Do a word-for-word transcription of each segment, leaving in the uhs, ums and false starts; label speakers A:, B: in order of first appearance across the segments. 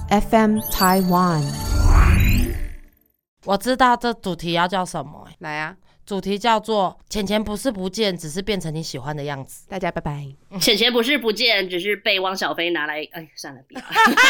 A: F M Taiwan。
B: 我知道这主题要叫什么、欸、
A: 来啊，
B: 主题叫做钱钱不是不见，只是变成你喜欢的样子。
A: 大家拜拜。
C: 钱钱不是不见，只是被汪小菲拿来，哎，算了，不要。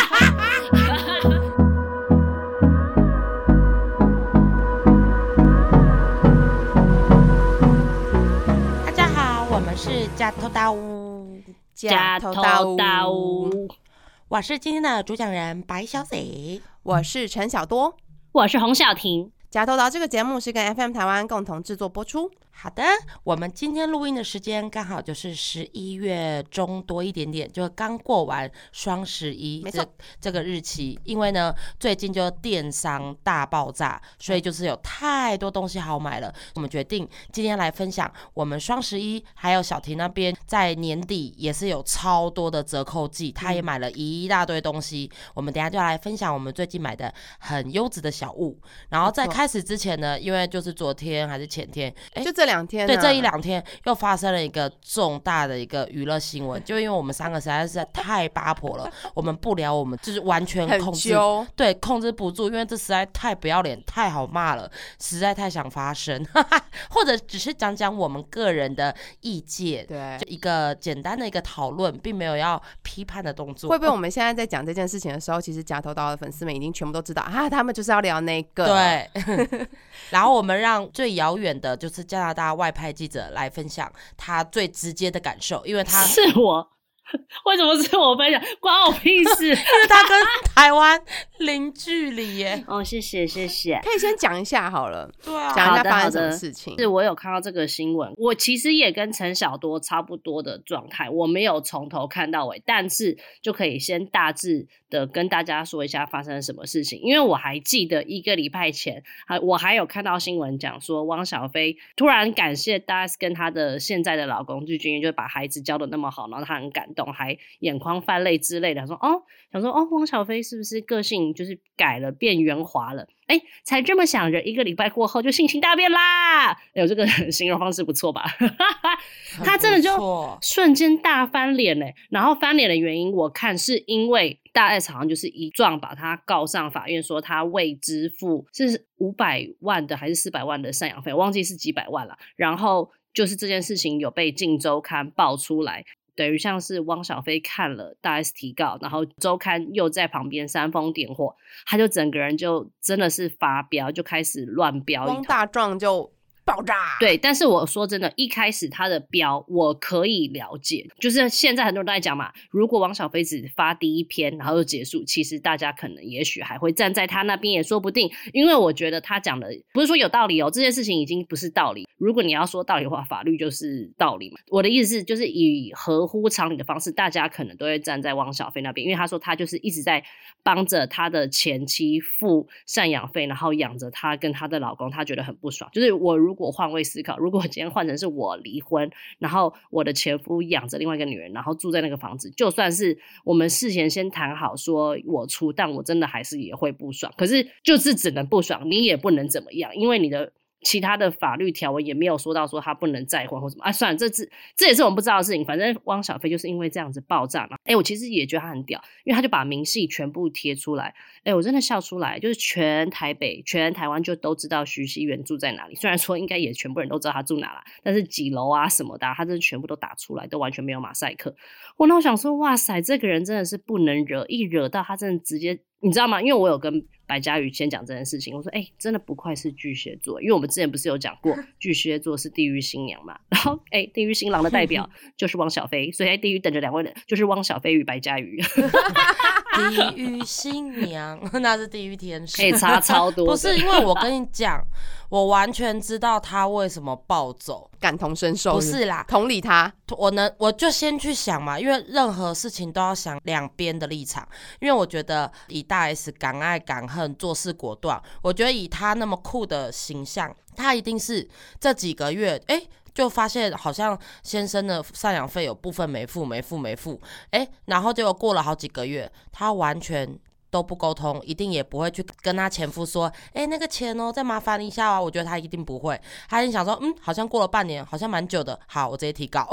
B: 大家好，我们是假头刀屋，
C: 假头刀屋，
B: 我是今天的主讲人白小姐，
A: 我是陈小多，
C: 我是洪小婷。
A: 假头刀这个节目是跟 F M 台湾共同制作播出。
B: 好的，我们今天录音的时间刚好就是十一月中多一点点，就刚过完双十一这这个日期。因为呢，最近就电商大爆炸，所以就是有太多东西好买了。我们决定今天来分享我们双十一，还有小婷那边在年底也是有超多的折扣季，她也买了一大堆东西。我们等一下就来分享我们最近买的很优质的小物。然后在开始之前呢，因为就是昨天还是前天，
A: 就这两天、啊，
B: 对，这一两天又发生了一个重大的一个娱乐新闻，就因为我们三个实在是太八婆了，我们不聊，我们就是完全控制，对，控制不住，因为这实在太不要脸，太好骂了，实在太想发声，或者只是讲讲我们个人的意见，
A: 对，
B: 就一个简单的一个讨论，并没有要批判的动作。
A: 会不会我们现在在讲这件事情的时候，其实假头刀的粉丝们已经全部都知道啊，他们就是要聊那个，
B: 对。然后我们让最遥远的就是加拿大外派记者来分享他最直接的感受，因为他
C: 是我，为什么是我分享？关我屁事！因
B: 为他跟台湾零距离耶。
C: 哦，谢谢谢谢，
A: 可以先讲一下好了，
B: 对啊，
A: 讲一下发生什么事情。
C: 是我有看到这个新闻，我其实也跟陈小多差不多的状态，我没有从头看到尾，但是就可以先大致的跟大家说一下发生了什么事情。因为我还记得一个礼拜前，我还有看到新闻讲说汪小菲突然感谢大 S 跟她的现在的老公具俊晔，就把孩子教的那么好，然后他很感动，还眼眶泛泪之类的，说哦，想说哦，汪小菲是不是个性就是改了，变圆滑了？哎，才这么想着，一个礼拜过后就性情大变啦！哎呦，这个形容方式不错吧？他真的就瞬间大翻脸嘞。然后翻脸的原因，我看是因为大 S 好像就是一状把他告上法院，说他未支付是五百万的还是四百万的赡养费，我忘记是几百万了。然后就是这件事情有被《镜周刊》爆出来。等于像是汪小菲看了大 S 提告，然后周刊又在旁边煽风点火，他就整个人就真的是发飙，就开始乱飙一通，
A: 汪大壮就爆炸。
C: 对，但是我说真的，一开始他的飙我可以了解，就是现在很多人都在讲嘛，如果汪小菲只发第一篇然后就结束，其实大家可能也许还会站在他那边也说不定，因为我觉得他讲的不是说有道理哦，这件事情已经不是道理，如果你要说道理的话，法律就是道理嘛。我的意思是就是以合乎常理的方式，大家可能都会站在汪小菲那边，因为他说他就是一直在帮着他的前妻付赡养费，然后养着他跟他的老公，他觉得很不爽。就是我如果换位思考，如果今天换成是我离婚，然后我的前夫养着另外一个女人，然后住在那个房子，就算是我们事前先谈好说我出，但我真的还是也会不爽。可是就是只能不爽，你也不能怎么样，因为你的其他的法律条文也没有说到说他不能再婚或什么啊，算了，这这也是我们不知道的事情。反正汪小菲就是因为这样子爆炸嘛，哎，我其实也觉得他很屌，因为他就把明细全部贴出来，哎，我真的笑出来，就是全台北、全台湾就都知道徐熙媛住在哪里。虽然说应该也全部人都知道他住哪啦，但是几楼啊什么的、啊，他真的全部都打出来，都完全没有马赛克。我那我想说，哇塞，这个人真的是不能惹，一惹到他真的直接。你知道吗？因为我有跟白嘉瑜先讲这件事情，我说：“哎、欸，真的不愧是巨蟹座，因为我们之前不是有讲过巨蟹座是地狱新娘嘛？然后，哎、欸，地狱新郎的代表就是汪小菲，所以在地狱等着两位人就是汪小菲与白嘉瑜。
B: 地狱新娘那是地狱天使，
C: 可以差超多。
B: 不是因为我跟你讲，我完全知道他为什么暴走，
A: 感同身受。
B: 不是啦，
A: 同理他，
B: 我能我就先去想嘛，因为任何事情都要想两边的立场。因为我觉得以大 S 敢爱敢恨、做事果断，我觉得以他那么酷的形象，他一定是这几个月，哎。就发现好像先生的赡养费有部分没付没付没付，哎，然后结果过了好几个月，他完全都不沟通，一定也不会去跟他前夫说，哎，那个钱哦，再麻烦一下啊。我觉得他一定不会，他一定想说，嗯，好像过了半年，好像蛮久的，好，我直接提告。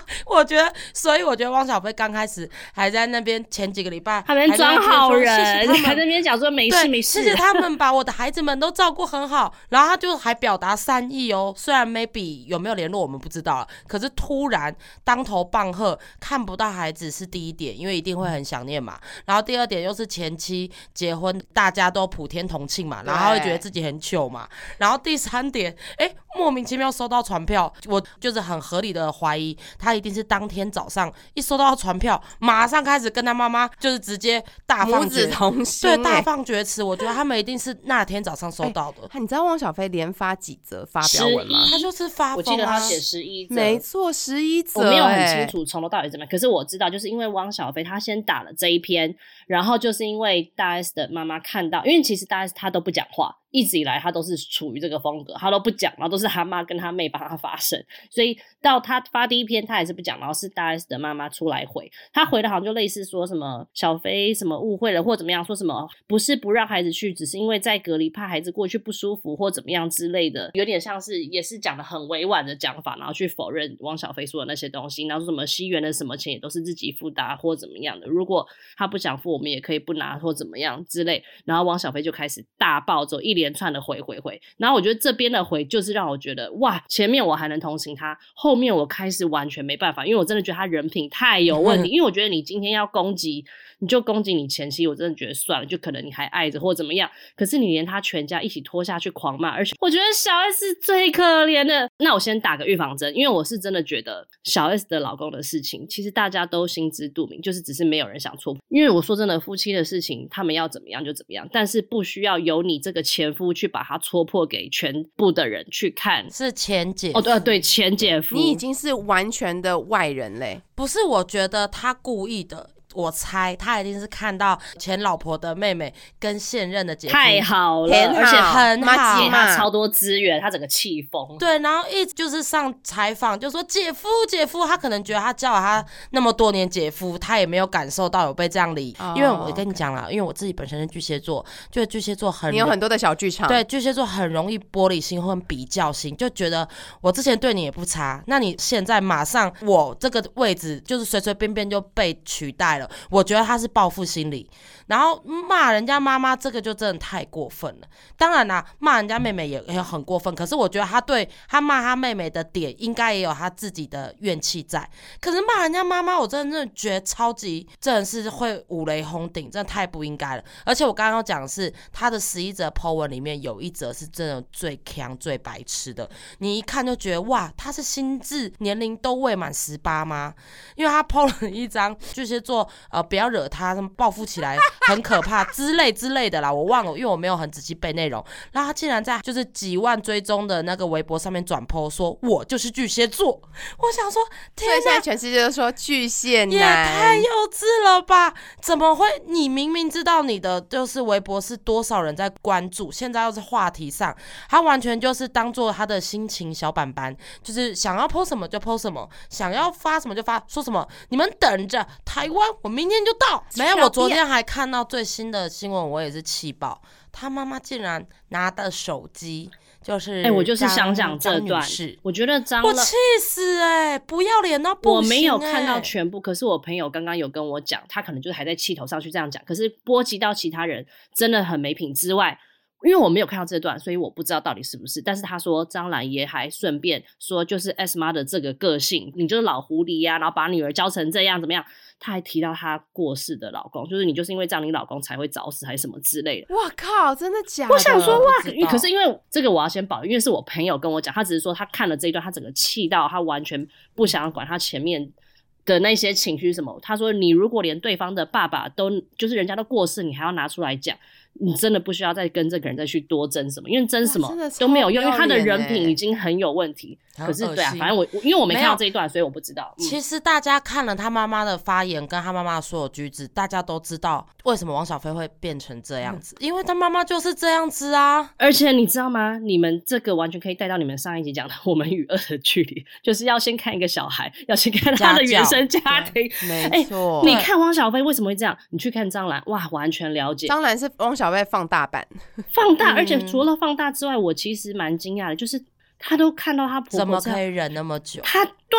B: 我觉得，所以我觉得汪小菲刚开始还在那边前几个礼拜，
C: 他们装好人，
B: 还
C: 在那边讲说没事没事，
B: 谢谢他们把我的孩子们都照顾很好，然后他就还表达善意哦。虽然 maybe 有没有联络我们不知道了，可是突然当头棒喝，看不到孩子是第一点，因为一定会很想念嘛。然后第二点又是前妻结婚，大家都普天同庆嘛，然后会觉得自己很糗嘛。然后第三点，哎，莫名其妙收到传票，我就是很合理的怀疑他一定是当天早上一收到传票，马上开始跟他妈妈就是直接大放厥词，对，大放厥词。我觉得他们一定是那天早上收到的。
A: 欸、你知道汪小菲连发几则发表文吗？
B: 他就是发疯、啊，
C: 我记得他写十一则，
A: 没错，十一则。
C: 我没有很清楚从头到底怎么样，可是我知道，就是因为汪小菲他先打了这一篇，然后就是因为大 S 的妈妈看到，因为其实大 S 他都不讲话。一直以来他都是处于这个风格，他都不讲，然后都是他妈跟他妹帮他发声，所以到他发第一篇他也是不讲，然后是大 S 的妈妈出来回，他回的好像就类似说什么小菲什么误会了或怎么样，说什么不是不让孩子去，只是因为在隔离怕孩子过去不舒服或怎么样之类的，有点像是也是讲的很委婉的讲法，然后去否认汪小菲说的那些东西，然后说什么西元的什么钱也都是自己付的、啊、或怎么样的，如果他不想付我们也可以不拿或怎么样之类，然后汪小菲就开始大暴走，一连串的回回回，然后我觉得这边的回就是让我觉得哇，前面我还能同情他，后面我开始完全没办法，因为我真的觉得他人品太有问题因为我觉得你今天要攻击你就攻击你前妻，我真的觉得算了，就可能你还爱着或怎么样，可是你连他全家一起拖下去狂骂，而且我觉得小 S 最可怜的。那我先打个预防针，因为我是真的觉得小 S 的老公的事情其实大家都心知肚明，就是只是没有人想戳破，因为我说真的夫妻的事情他们要怎么样就怎么样，但是不需要由你这个前夫去把它戳破给全部的人去看。
B: 是前姐夫哦，
C: 对对，前姐夫，
A: 你已经是完全的外人嘞。
B: 不是，我觉得他故意的。我猜他一定是看到前老婆的妹妹跟现任的姐夫
C: 太好了，
B: 而且很好，
C: 给他超多资源，他整个气疯。
B: 对，然后一直就是上采访就说姐夫姐夫，他可能觉得他叫了他那么多年姐夫，他也没有感受到有被这样理、oh, 因为我跟你讲啦，因为我自己本身是巨蟹座，就是巨蟹座很
A: 你有很多的小剧场，
B: 对，巨蟹座很容易玻璃心或比较心，就觉得我之前对你也不差，那你现在马上我这个位置就是随随便便就被取代了，我觉得他是报复心理，然后骂人家妈妈这个就真的太过分了。当然啦，骂人家妹妹也也很过分，可是我觉得他对他骂他妹妹的点应该也有他自己的怨气在，可是骂人家妈妈我真的觉得超级真的是会五雷轰顶，真的太不应该了。而且我刚刚讲的是他的十一则 po 文里面有一则是真的最鏘最白痴的，你一看就觉得哇，他是心智年龄都未满十八吗？因为他 po 了一张巨蟹座呃不要惹他，他们报复起来很可怕之类之类的啦，我忘了，因为我没有很仔细背内容。然后他竟然在就是几万追踪的那个微博上面转 po 说我就是巨蟹座，我想说天哪，
A: 所以现在全世界都说巨蟹男，
B: 也太幼稚了吧？怎么会？你明明知道你的就是微博是多少人在关注，现在又是话题上，他完全就是当做他的心情小板板，就是想要 po 什么就 po 什么，想要发什么就发，说什么你们等着台湾我明天就到。没有，我昨天还看到最新的新闻，我也是气爆，他妈妈竟然拿的手机就是哎、
C: 欸，我就是想讲这段，我觉得张
B: 我气死哎、欸，不要脸到不行、欸。
C: 我没有看到全部，可是我朋友刚刚有跟我讲，他可能就是还在气头上去这样讲，可是波及到其他人真的很没品之外。因为我没有看到这段，所以我不知道到底是不是。但是他说张兰也还顺便说，就是 S 妈的这个个性，你就是老狐狸啊，然后把女儿教成这样怎么样？他还提到他过世的老公，就是你就是因为这样，你老公才会早死还是什么之类的。
A: 哇靠，真的假的？
C: 我想说哇，可是因为这个我要先保留，因为是我朋友跟我讲，他只是说他看了这一段，他整个气到他完全不想要管他前面的那些情绪什么。他说你如果连对方的爸爸都就是人家都过世，你还要拿出来讲。你真的不需要再跟这个人再去多争什么，因为争什么都没有用，因为他的人品已经很有问题。可是对啊，反正我因为我没看到这一段，所以我不知道、嗯。
B: 其实大家看了他妈妈的发言跟他妈妈的所有举止，大家都知道为什么汪小菲会变成这样子，嗯、因为他妈妈就是这样子啊。
C: 而且你知道吗？你们这个完全可以带到你们上一集讲的我们与恶的距离，就是要先看一个小孩，要先看他的原生家庭。
A: 没错、
C: 欸，你看汪小菲为什么会这样？你去看张兰，哇，完全了解。
A: 张兰是汪小菲放大版，
C: 放大，而且除了放大之外，我其实蛮惊讶的，就是她都看到她婆婆
B: 怎么可以忍那么久？
C: 她对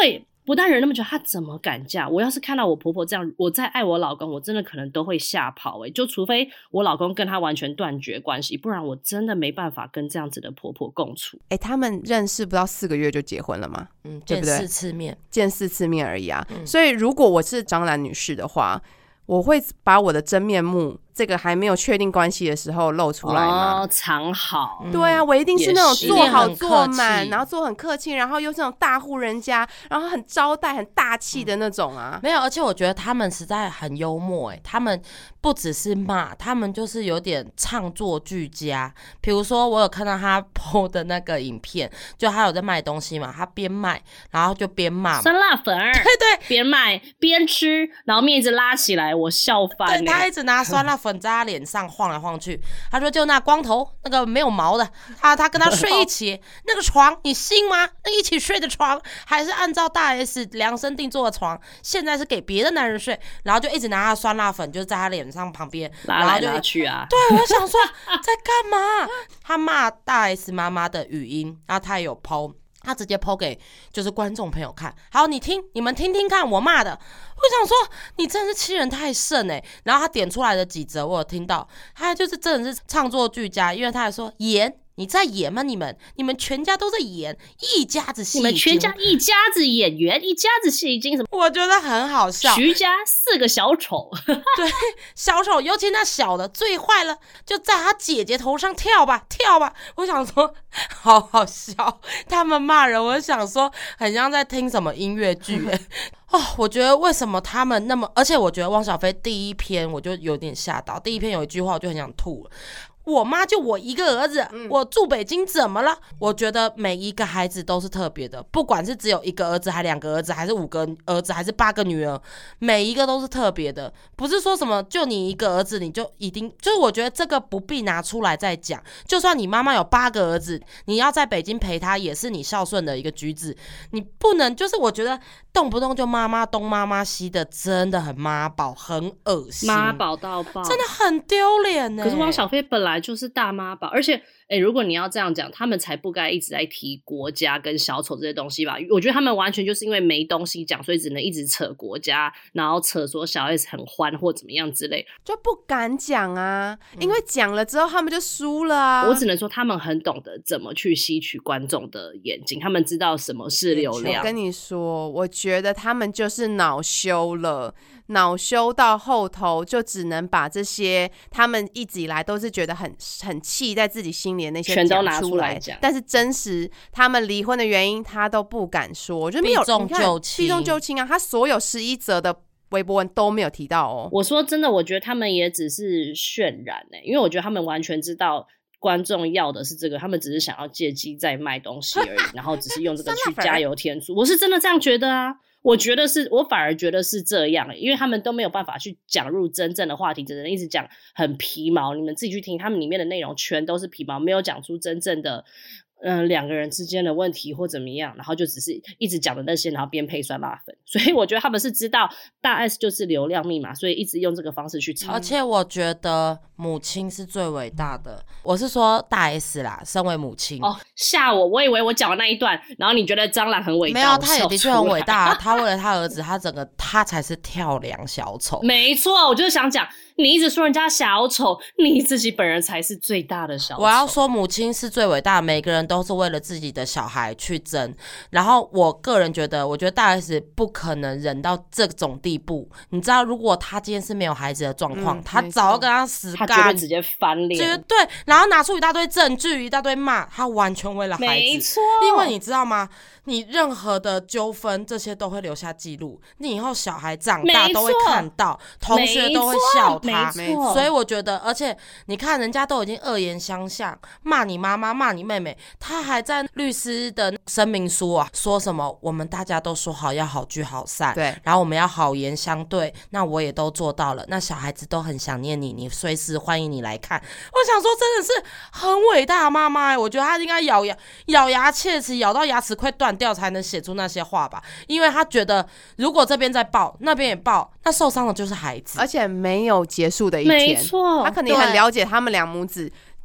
C: 不但忍那么久，她怎么敢嫁？我要是看到我婆婆这样，我再爱我老公，我真的可能都会吓跑哎、欸！就除非我老公跟她完全断绝关系，不然我真的没办法跟这样子的婆婆共处。
A: 哎、欸，他们认识不到四个月就结婚了吗？
B: 嗯，
A: 对不对？
B: 见四次面，
A: 见四次面而已啊。
B: 嗯、
A: 所以如果我是张兰女士的话，我会把我的真面目，这个还没有确定关系的时候露出来吗？
C: 哦，藏好。
A: 对啊，我一定是那种做好做满，然后做很客气，然后又是那种大户人家，然后很招待、很大气的那种啊。
B: 嗯、没有，而且我觉得他们实在很幽默哎、欸，他们不只是骂，他们就是有点唱作俱佳。比如说，我有看到他 po 的那个影片，就他有在卖东西嘛，他边卖然后就边骂
C: 酸辣粉，
B: 对对，
C: 边卖边吃，然后面一直拉起来，我笑翻、欸。
B: 对，他一直拿酸辣粉在他脸上晃来晃去。他说：“就那光头，那个没有毛的，他他跟他睡一起，那个床你信吗？那一起睡的床还是按照大 S 量身定做的床，现在是给别的男人睡。”然后就一直拿他酸辣粉，就在他脸上旁边
C: 拉来拉去啊。
B: 对，我想说在干嘛？他骂大 S 妈妈的语音，然后他也有 po。他直接 po 给就是观众朋友看，好，你听，你们听听看我骂的。我想说，你真的是欺人太甚哎、欸！然后他点出来的几则，我有听到，他就是真的是唱作俱佳，因为他还说演。你在演吗？你们，你们全家都在演，一家子戏，
C: 你们全家一家子演员，一家子戏精什么？
B: 我觉得很好笑。
C: 徐家四个小丑，
B: 对，小丑，尤其那小的最坏了，就在他姐姐头上跳吧，跳吧。我想说，好好笑，他们骂人，我想说，很像在听什么音乐剧、欸。哦，我觉得为什么他们那么，而且我觉得汪小菲第一篇我就有点吓到，第一篇有一句话我就很想吐了。我妈就我一个儿子、嗯、我住北京怎么了？我觉得每一个孩子都是特别的，不管是只有一个儿子还两个儿子还是五个儿子还是八个女儿，每一个都是特别的，不是说什么就你一个儿子你就一定，就是我觉得这个不必拿出来再讲，就算你妈妈有八个儿子，你要在北京陪他也是你孝顺的一个举止，你不能就是我觉得动不动就妈妈东妈妈西的，真的很妈宝，很恶心，
C: 妈宝到爆，
B: 真的很丢脸呢。
C: 可是汪小菲本来就是大妈宝，而且哎，如果你要这样讲，他们才不该一直在提国家跟小丑这些东西吧？我觉得他们完全就是因为没东西讲，所以只能一直扯国家，然后扯说小 S 很欢或怎么样之类，
A: 就不敢讲啊，因为讲了之后他们就输了啊。
C: 我只能说他们很懂得怎么去吸取观众的眼睛，他们知道什么是流量。
A: 我跟你说，我觉得他们就是恼羞了。恼羞到后头，就只能把这些他们一直以来都是觉得很很气在自己心里的那些
C: 全都拿
A: 出
C: 出来讲，
A: 但是真实他们离婚的原因他都不敢说，我觉得没有
B: 避重就轻，
A: 避重就轻啊！他所有十一则的微博文都没有提到哦。
C: 我说真的，我觉得他们也只是渲染欸，因为我觉得他们完全知道观众要的是这个，他们只是想要借机在卖东西而已，然后只是用这个去加油添醋。我是真的这样觉得啊。我觉得是，我反而觉得是这样，因为他们都没有办法去讲入真正的话题，只能一直讲很皮毛。你们自己去听，他们里面的内容全都是皮毛，没有讲出真正的嗯、呃，两个人之间的问题或怎么样，然后就只是一直讲的那些，然后边配酸辣粉。所以我觉得他们是知道大 S 就是流量密码，所以一直用这个方式去炒。
B: 而且我觉得母亲是最伟大的，我是说大 S 啦，身为母亲。
C: 哦，吓我，我以为我讲的那一段，然后你觉得张兰很伟大。
B: 没有，他也的确很伟大，他为了他儿子，他整个他才是跳梁小丑。
C: 没错，我就是想讲。你一直说人家小丑，你自己本人才是最大的小丑。
B: 我要说母亲是最伟大的，每个人都是为了自己的小孩去争。然后我个人觉得，我觉得大 S 不可能忍到这种地步。你知道，如果他今天是没有孩子的状况，嗯、他早就跟他死干，
C: 他绝对直接翻脸，
B: 绝对。然后拿出一大堆证据，一大堆骂，他完全为了孩子。
C: 没错，
B: 因为你知道吗？你任何的纠纷，这些都会留下记录，你以后小孩长大都会看到，同学都会笑他，
C: 没错。
B: 所以我觉得，而且你看，人家都已经恶言相向，骂你妈妈，骂你妹妹，他还在律师的声明书啊，说什么我们大家都说好要好聚好散，
A: 对，
B: 然后我们要好言相对，那我也都做到了，那小孩子都很想念你，你随时欢迎你来看。我想说，真的是很伟大的妈妈，我觉得她应该咬牙咬牙切齿，咬到牙齿快断掉才能写出那些话吧，因为她觉得如果这边在爆，那边也爆，那受伤的就是孩子，
A: 而且没有结束的一天。
C: 没错，
A: 他可能也很了解他们两母子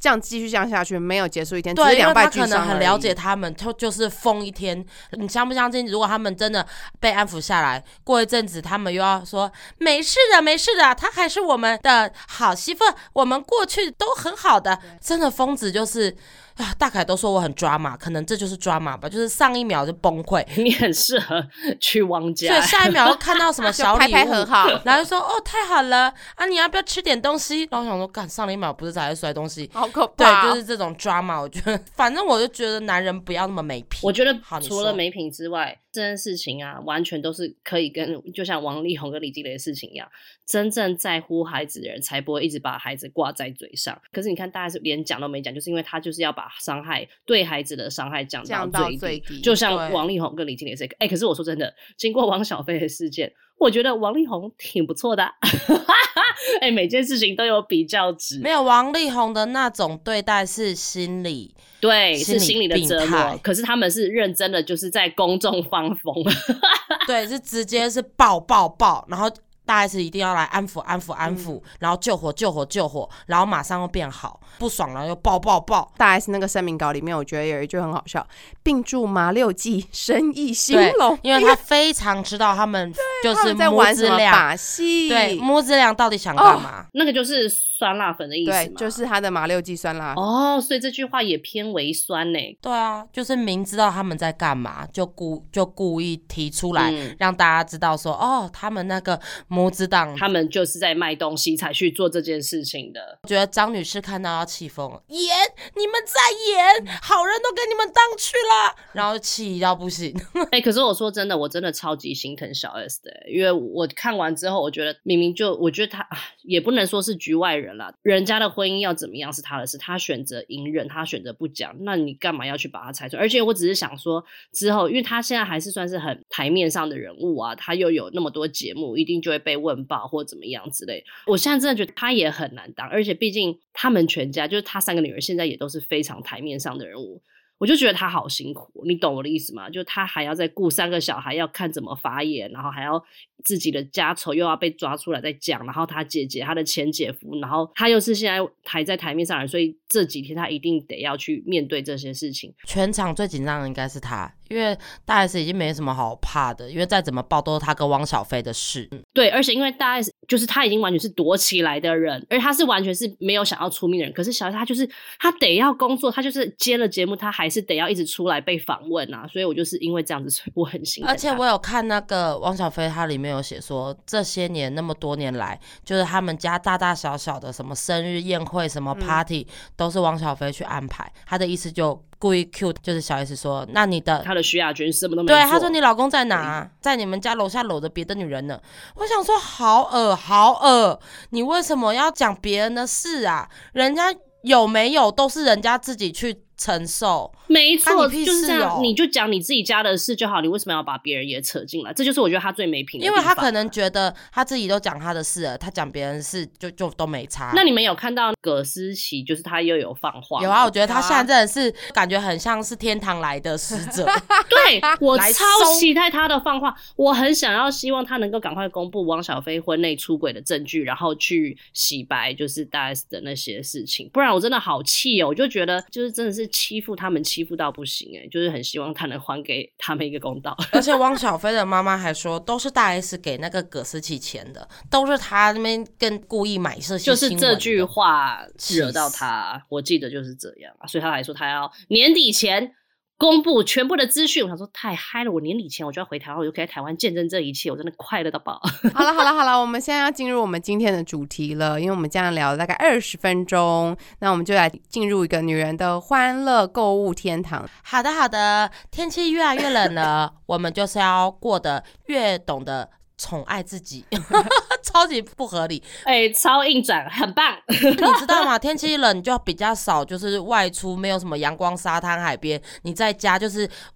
A: 这样继续这样下去，没有结束一天，
B: 对，
A: 只是两败俱伤而已。
B: 因为他可能很了解他们，就就是疯一天。你相不相信？如果他们真的被安抚下来，过一阵子他们又要说没事的，没事的，他还是我们的好媳妇，我们过去都很好的。真的疯子就是啊，大凯都说我很抓马，可能这就是抓马吧，就是上一秒就崩溃。
C: 你很适合去王家，
B: 所以下一秒又看到什么小礼物，
A: 拍拍和好，
B: 然后就说哦太好了啊，你要不要吃点东西？然后我想说，干上一秒不是才在摔东西，
A: 好可怕、
B: 哦。对，就是这种抓马，我觉得反正我就觉得男人不要那么没品。
C: 我觉得除了没品之外，这件事情啊，完全都是可以跟就像王力宏跟李金雷的事情一样，真正在乎孩子的人才不会一直把孩子挂在嘴上。可是你看，大概是连讲都没讲，就是因为他就是要把伤害对孩子的伤害降到最低，
A: 降到最低
C: 就像王力宏跟李金雷这个。哎、欸，可是我说真的，经过王小飞的事件，我觉得王力宏挺不错的、啊。哎、欸，每件事情都有比较值。
B: 没有王力宏的那种对待是心理，
C: 对，
B: 心理
C: 是心理的折磨。可是他们是认真的，就是在公众放风。
B: 对，是直接是爆爆爆，然后大 S 一定要来安抚安抚安抚、嗯、然后救火救火救火，然后马上又变好，不爽了又爆爆爆。
A: 大 S 那个声明稿里面我觉得有一句很好笑，并祝麻六记生意兴隆，
B: 因为他非常知道他们就是
A: 在玩什么把戏，
B: 对，母子俩到底想干嘛、哦、
C: 那个就是酸辣粉的意思嘛，
A: 对，就是他的麻六记酸辣粉。
C: 哦，所以这句话也偏微酸耶。
B: 对啊，就是明知道他们在干嘛就故就故意提出来、嗯、让大家知道说哦，他们那个母子档
C: 他们就是在卖东西才去做这件事情的。
B: 我觉得张女士看到要气疯了，演你们在演，好人都给你们当去了，然后气到不行。
C: 哎、欸，可是我说真的，我真的超级心疼小 S 的，因为我看完之后，我觉得明明就我觉得他也不能说是局外人啦，人家的婚姻要怎么样是他的事，他选择隐忍，他选择不讲，那你干嘛要去把他拆穿？而且我只是想说之后，因为他现在还是算是很台面上的人物啊，他又有那么多节目，一定就会被问爆或怎么样之类。我现在真的觉得他也很难当，而且毕竟他们全家就是他三个女儿现在也都是非常台面上的人物，我就觉得他好辛苦，你懂我的意思吗？就他还要再顾三个小孩，要看怎么发言，然后还要自己的家丑又要被抓出来再讲，然后他姐姐他的前姐夫，然后他又是现在还在台面上人，所以这几天他一定得要去面对这些事情。
B: 全场最紧张的应该是他，因为大 S 已经没什么好怕的，因为再怎么爆都是他跟汪小菲的事。
C: 对，而且因为大 S 就是他已经完全是躲起来的人，而他是完全是没有想要出面的人，可是小 S 他就是他得要工作，他就是接了节目他还是得要一直出来被访问啊，所以我就是因为这样子，所以我很心疼他。
B: 而且我有看那个汪小菲，他里面有写说这些年那么多年来，就是他们家大大小小的什么生日宴会什么 party、嗯、都是汪小菲去安排，他的意思就故意 cue 就是小 S 说那你的
C: 他的徐亚军什么都没做，
B: 对，他说你老公在哪、嗯、在你们家楼下搂着别的女人呢。我想说好恶好恶，你为什么要讲别人的事啊？人家有没有都是人家自己去承受，
C: 没错，就是这样，你就讲你自己家的事就好，你为什么要把别人也扯进来？这就是我觉得他最没品的地方，
B: 因为他可能觉得他自己都讲他的事了，他讲别人的事就就都没差。
C: 那你们有看到葛思琪，就是他又有放话？
B: 有啊，我觉得他现在真的是感觉很像是天堂来的使者。
C: 对，我超期待他的放话，我很想要希望他能够赶快公布汪小菲婚内出轨的证据，然后去洗白就是大 S 的那些事情，不然我真的好气哦！我就觉得就是真的是欺负他们欺负到不行哎，就是很希望他能还给他们一个公道。
B: 而且汪小菲的妈妈还说，都是大 S 给那个葛思琪钱的，都是他那边更故意买这些新闻的，
C: 就是这句话惹到他，我记得就是这样，所以他还说他要年底前公布全部的资讯。我想说太嗨了，我年底前我就要回台湾，我就可以在台湾见证这一切，我真的快乐到爆。
A: 好了好了好了，我们现在要进入我们今天的主题了，因为我们这样聊了大概二十分钟，那我们就来进入一个女人的欢乐购物天堂。
B: 好的好的，天气越来越冷了，我们就是要过得越懂得宠爱自己。超级不合理，
C: 哎、欸，超硬转，很棒。
B: 你知道吗？天气冷就比较少，就是外出，没有什么阳光、沙滩、海边，你在家就是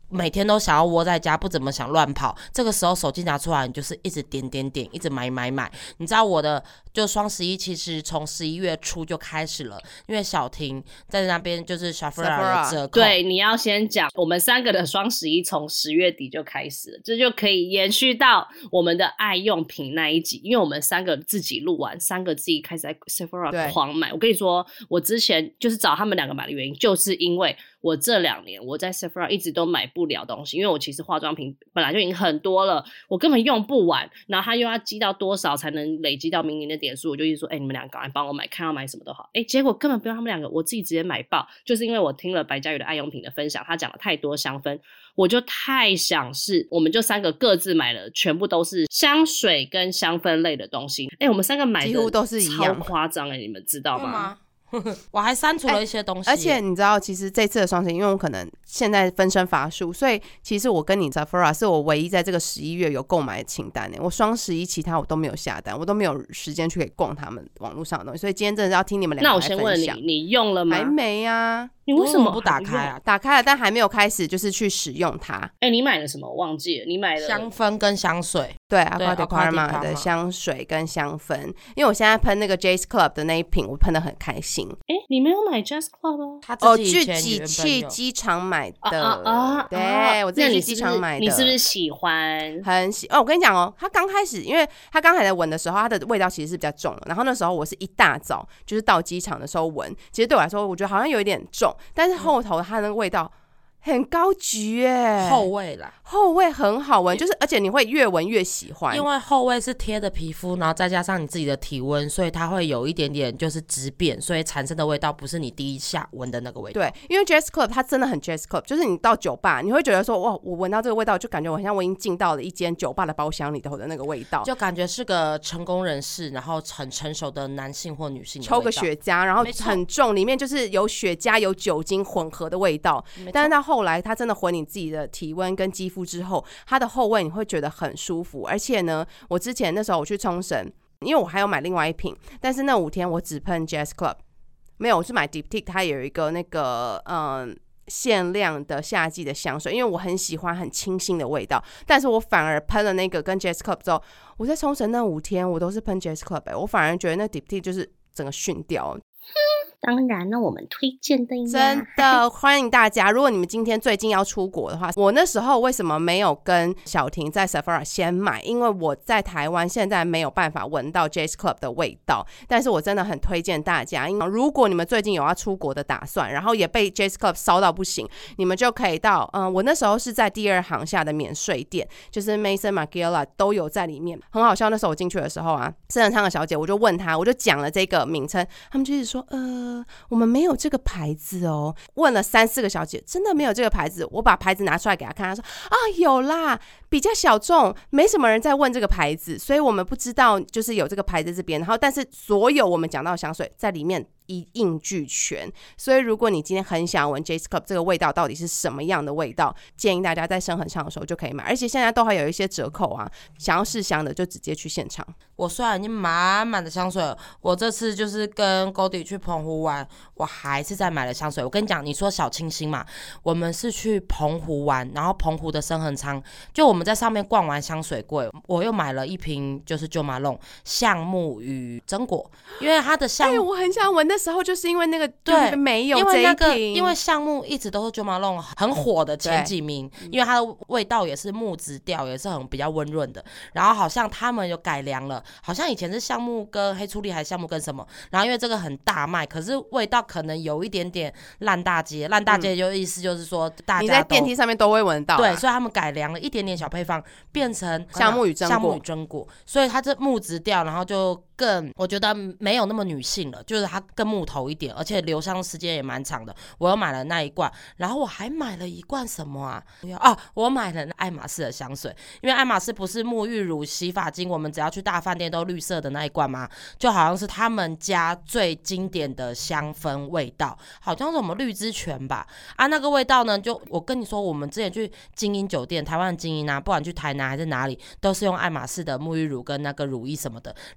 B: 每天都想要窝在家，不怎么想乱跑，这个时候手机拿出来，你就是一直点点点，一直买买买。你知道我的就双十一其实从十一月初就开始了，因为小婷在那边就是 Sephora 的折扣。
C: 对，你要先讲我们三个的双十一从十月底就开始了，这就可以延续到我们的爱用品那一集，因为我们三个自己录完，三个自己开始在 Sephora 狂买。我跟你说，我之前就是找他们两个买的原因，就是因为我这两年我在 Sephora 一直都买不了东西，因为我其实化妆品本来就已经很多了，我根本用不完，然后他又要积到多少才能累积到明年的点数，我就一直说，哎、欸，你们两个赶快帮我买，看要买什么都好。哎、欸，结果根本不用他们两个，我自己直接买爆，就是因为我听了白嘉宇的爱用品的分享，他讲了太多香氛，我就太想是，我们就三个各自买了，全部都是香水跟香氛类的东西。哎、欸，我们三个买的
A: 几乎都是一样，
C: 超夸张哎，你们知道吗？
B: 我还删除了一些东西、欸、
A: 而且你知道其实这次的双十一因为我可能现在分身乏术，所以其实我跟你 Sephora 是我唯一在这个十一月有购买的清单耶，我双十一其他我都没有下单，我都没有时间去逛他们网络上的东西，所以今天真的是要听你们两个来分享。
C: 那我先问你，你用了吗？
A: 还没啊。
C: 你为什么
B: 不打开啊？
A: 打开了，但还没有开始就是去使用它。
C: 哎、欸，你买了什么？我忘记了，你买了
B: 香氛跟香水。
A: 对 Acqua di Parma 的香水跟香氛，因为我现在喷那个 Jazz Club 的那一瓶，我喷得很开心。
C: 哎、欸，你没有买 Jazz Club 啊？
B: 他自己以前
A: 哦，自己去机场买的。
C: 啊啊啊
A: 对、
C: 啊，
A: 我自己去机场买的。
C: 你是不是喜欢？
A: 很喜哦，我跟你讲哦，它刚开始，因为它刚才在闻的时候，它的味道其实是比较重的。然后那时候我是一大早就是到机场的时候闻，其实对我来说，我觉得好像有一点重，但是后头它那个味道很高级耶，
B: 后味啦，
A: 后味很好闻，就是而且你会越闻越喜欢，
B: 因为后味是贴的皮肤，然后再加上你自己的体温，所以它会有一点点就是质变，所以产生的味道不是你第一下闻的那个味道。
A: 对，因为 Jazz Club 它真的很 Jazz Club， 就是你到酒吧你会觉得说哇，我闻到这个味道就感觉我好像我已经进到了一间酒吧的包厢里头的那个味道，
B: 就感觉是个成功人士，然后很成熟的男性或女性的味
A: 道，抽个雪茄，然后很重，里面就是有雪茄有酒精混合的味道，但是到后来它真的回你自己的体温跟肌肤之后，它的后味你会觉得很舒服。而且呢，我之前那时候我去冲绳，因为我还有买另外一瓶，但是那五天我只喷 Jazz Club， 没有，我是买 Diptyque， 它有一个那个嗯限量的夏季的香水，因为我很喜欢很清新的味道，但是我反而喷了那个跟 Jazz Club 之后，我在冲绳那五天我都是喷 Jazz Club，欸，我反而觉得那 Diptyque 就是整个逊掉。
C: 当然了，我们推荐的呀，
A: 真的欢迎大家。如果你们今天最近要出国的话，我那时候为什么没有跟小婷在 Sephora 先买？因为我在台湾现在没有办法闻到 Jazz Club 的味道，但是我真的很推荐大家，因为如果你们最近有要出国的打算，然后也被 Jazz Club 烧到不行，你们就可以到嗯，我那时候是在第二行下的免税店，就是 Maison Margiela 都有在里面，很好笑。那时候我进去的时候啊，生人舱的小姐我就问她，我就讲了这个名称，他们就一直说呃。我们没有这个牌子哦，问了三四个小姐，真的没有这个牌子。我把牌子拿出来给她看，她说啊有啦，比较小众，没什么人在问这个牌子，所以我们不知道就是有这个牌子这边。然后但是所有我们讲到的香水在里面一应俱全，所以如果你今天很想闻 Jazz Club 这个味道到底是什么样的味道，建议大家在生很长的时候就可以买，而且现在都还有一些折扣啊，想要试香的就直接去现场。
B: 我虽然已经满满的香水了，我这次就是跟 Goldie 去澎湖玩，我还是在买了香水。我跟你讲，你说小清新嘛，我们是去澎湖玩，然后澎湖的深恒仓，就我们在上面逛完香水柜，我又买了一瓶就是 Jo Malone 橡木与榛果，因为它的橡木，
A: 哎，我很想闻的时候就是因为那个
B: 对
A: 没有这一瓶，因为那个
B: 因为橡木一直都是 Jo Malone 很火的前几名，因为它的味道也是木质调，也是很比较温润的。然后好像他们有改良了，好像以前是橡木跟黑醋栗还是橡木跟什么，然后因为这个很大卖，可是味道可能有一点点烂大街，烂大街就意思就是说大家都
A: 你在电梯上面都会闻到，啊，
B: 对，所以他们改良了一点点小配方，变成
A: 橡木与榛果，
B: 橡木与榛果，所以它这木质调，然后就更我觉得没有那么女性了，就是它更木头一点，而且留香时间也蛮长的。我又买了那一罐，然后我还买了一罐什么啊？哦，我买了爱马仕的香水，因为爱马仕不是沐浴乳、洗发精，我们只要去大饭店都绿色的那一罐吗？就好像是他们家最经典的香氛味道，好像是什么绿之泉吧？啊，那个味道呢，就我跟你说，我们之前去精英酒店，台湾的精英啊，不管去台南还是哪里，都是用爱马仕的沐浴乳跟那个乳液什么的，然后大概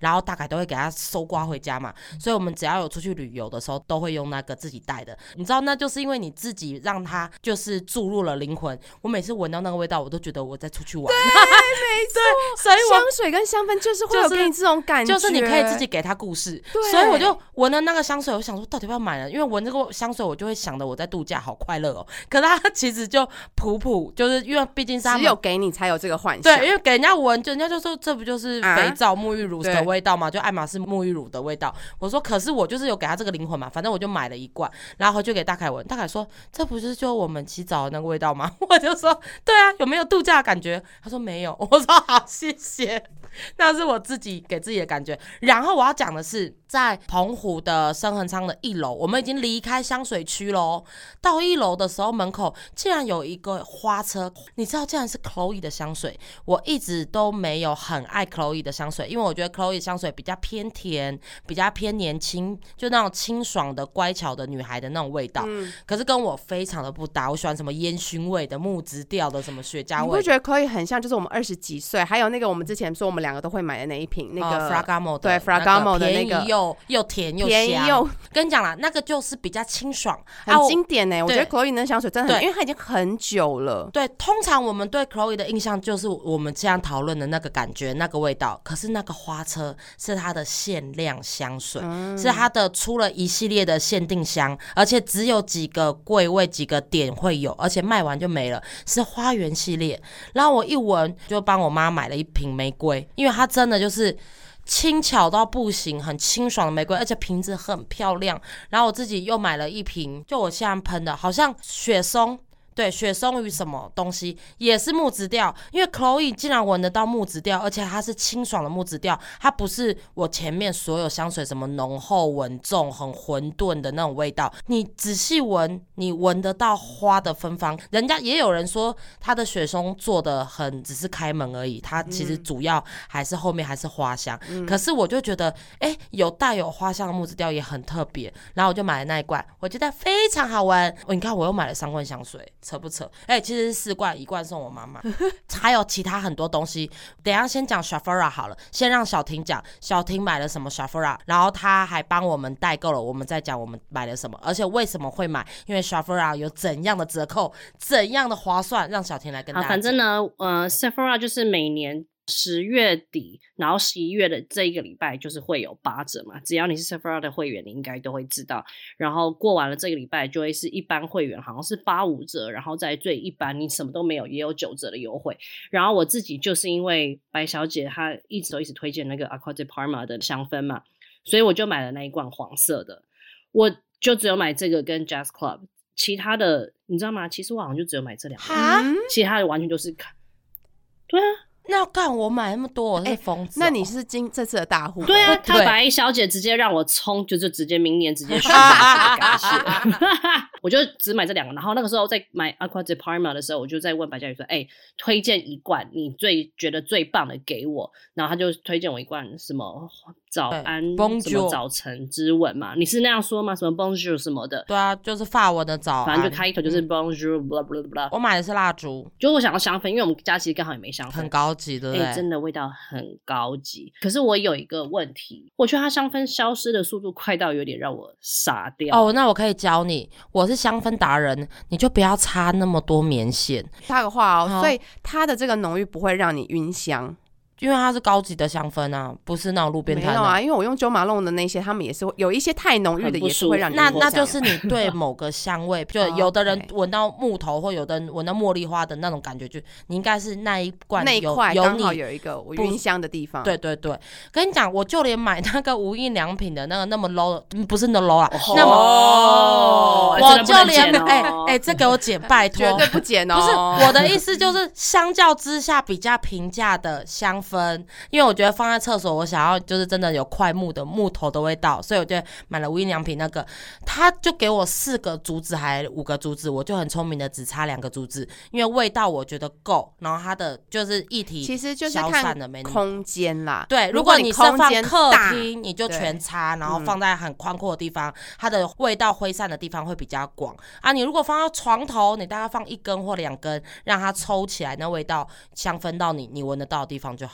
B: 都会给他收刮回家嘛，所以我们只要有出去旅游的时候都会用那个自己带的。你知道那就是因为你自己让他就是注入了灵魂，我每次闻到那个味道我都觉得我在出去玩。
A: 对没错，所以香水跟香氛就是会有给你这种感觉，
B: 就是你可以自己给他故事。所以我就闻了那个香水，我想说到底要不要买了，因为闻这个香水我就会想着我在度假好快乐哦。可是它其实就普普，就是因为毕竟是他们
A: 只有给你才有这个幻想。
B: 对，因为给人家闻，人家就说这不就是肥皂、沐浴乳的味道吗？就爱马仕沐浴乳的味道。我说可是我就是有给他这个灵魂嘛，反正我就买了一罐，然后回去给大凯闻。大凯说这不是就我们洗澡的那个味道吗？我就说对啊，有没有度假的感觉？他说没有。我说好，谢谢。那是我自己给自己的感觉。然后我要讲的是，在澎湖的深恒昌的一楼，我们已经离开香水区咯。到一楼的时候，门口竟然有一个花车，你知道竟然是 Chloe 的香水。我一直都没有很爱 Chloe 的香水，因为我觉得 Chloe 香水比较偏甜，比较偏年轻，就那种清爽的乖巧的女孩的那种味道、嗯、可是跟我非常的不搭。我喜欢什么烟熏味的、木质调的、什么雪茄味。
A: 你不觉得 Chloe 很像就是我们二十几岁，还有那个我们之前说我们两个都会买的那一瓶那个、
B: 呃、Ferragamo 的，
A: 对 Ferragamo 的那个
B: 便宜又又甜又香，
A: 便宜又
B: 跟你讲啦，那个就是比较清爽，
A: 很经典呢、欸。我觉得 Chloe 那香水真的很，因为它已经很久了。
B: 对，通常我们对 Chloe 的印象就是我们这样讨论的那个感觉、那个味道。可是那个花车是它的限量香水，嗯、是它的出了一系列的限定香，而且只有几个柜位、几个点会有，而且卖完就没了。是花园系列，然后我一闻就帮我妈买了一瓶玫瑰，因为它真的就是轻巧到不行，很清爽的玫瑰，而且瓶子很漂亮。然后我自己又买了一瓶，就我现在喷的，好像雪松。对，雪松与什么东西也是木质调，因为 Chloe 竟然闻得到木质调，而且它是清爽的木质调，它不是我前面所有香水什么浓厚稳重很混沌的那种味道。你仔细闻，你闻得到花的芬芳。人家也有人说它的雪松做的很只是开门而已，它其实主要还是后面还是花香、嗯、可是我就觉得哎，有带有花香的木质调也很特别，然后我就买了那一罐，我觉得非常好闻、哦、你看我又买了三罐香水，扯不扯？哎、欸，其实是四罐，一罐送我妈妈，还有其他很多东西。等一下先讲 Sephora 好了，先让小婷讲，小婷买了什么 Sephora， 然后她还帮我们代购了，我们再讲我们买了什么，而且为什么会买，因为 Sephora 有怎样的折扣，怎样的划算，让小婷来跟大家讲。
C: 反正呢，呃 ，Sephora 就是每年十月底，然后十一月的这一个礼拜就是会有八折嘛，只要你是 Sephora 的会员你应该都会知道，然后过完了这个礼拜就会是一般会员好像是八五折，然后在最一般你什么都没有也有九折的优惠。然后我自己就是因为白小姐她一直都一直推荐那个 Acqua di Parma 的香氛嘛，所以我就买了那一罐黄色的，我就只有买这个跟 Jazz Club， 其他的你知道吗，其实我好像就只有买这两个，其他的完全都是对啊，
B: 那干我买那么多，我是疯子、哦欸。
A: 那你是今这次的大户？
C: 对啊，他白小姐直接让我冲，就是直接明年直接续买，感谢。我就只买这两个，然后那个时候在买 Acqua di Parma 的时候，我就在问白小姐说：“哎、欸，推荐一罐你最觉得最棒的给我。”然后他就推荐我一罐什么早安什么早晨之吻嘛，你是那样说吗？什么 Bonjour 什么的？
B: 对啊，就是法文的早安，
C: 反正就开头就是 Bonjour、嗯、blah blah blah。
B: 我买的是蜡烛，
C: 就我想要香氛，因为我们家其实刚好也没香氛，
B: 很高级，对不对？
C: 欸、真的味道很高级。可是我有一个问题，我觉得它香氛消失的速度快到有点让我傻掉。
B: 哦，那我可以教你，我是香氛达人，你就不要擦那么多棉线。
A: 插个话哦，所以它的这个浓郁不会让你晕香。
B: 因为它是高级的香氛啊，不是那种路边摊的。
A: 没有啊，因为我用Jo Malone的那些，他们也是有一些太浓郁的，也是会让你
B: 那那就是你对某个香味，就有的人闻到木头，或有的人闻到茉莉花的那种感觉，就你应该是那一罐
A: 那一块
B: 刚
A: 好有一个晕香的地方。
B: 对对对，跟你讲，我就连买那个无印良品的那个那么 low， 不是那 low 啊，哦、那么哦，我就连哎哎、欸欸，这给我剪，拜托，
A: 绝对不剪哦。
B: 不是我的意思，就是相较之下比较平价的香氛。分，因为我觉得放在厕所，我想要就是真的有块木的木头的味道，所以我就买了无印良品那个，他就给我四个竹子还五个竹子，我就很聪明的只插两个竹子，因为味道我觉得够，然后它的就是液体
A: 其实就是看空间啦，
B: 对，如果你是放客厅，你就全插，然后放在很宽阔的地方，它的味道挥散的地方会比较广啊。你如果放到床头，你大概放一根或两根，让它抽起来，那味道香氛到你你闻得到的地方就好。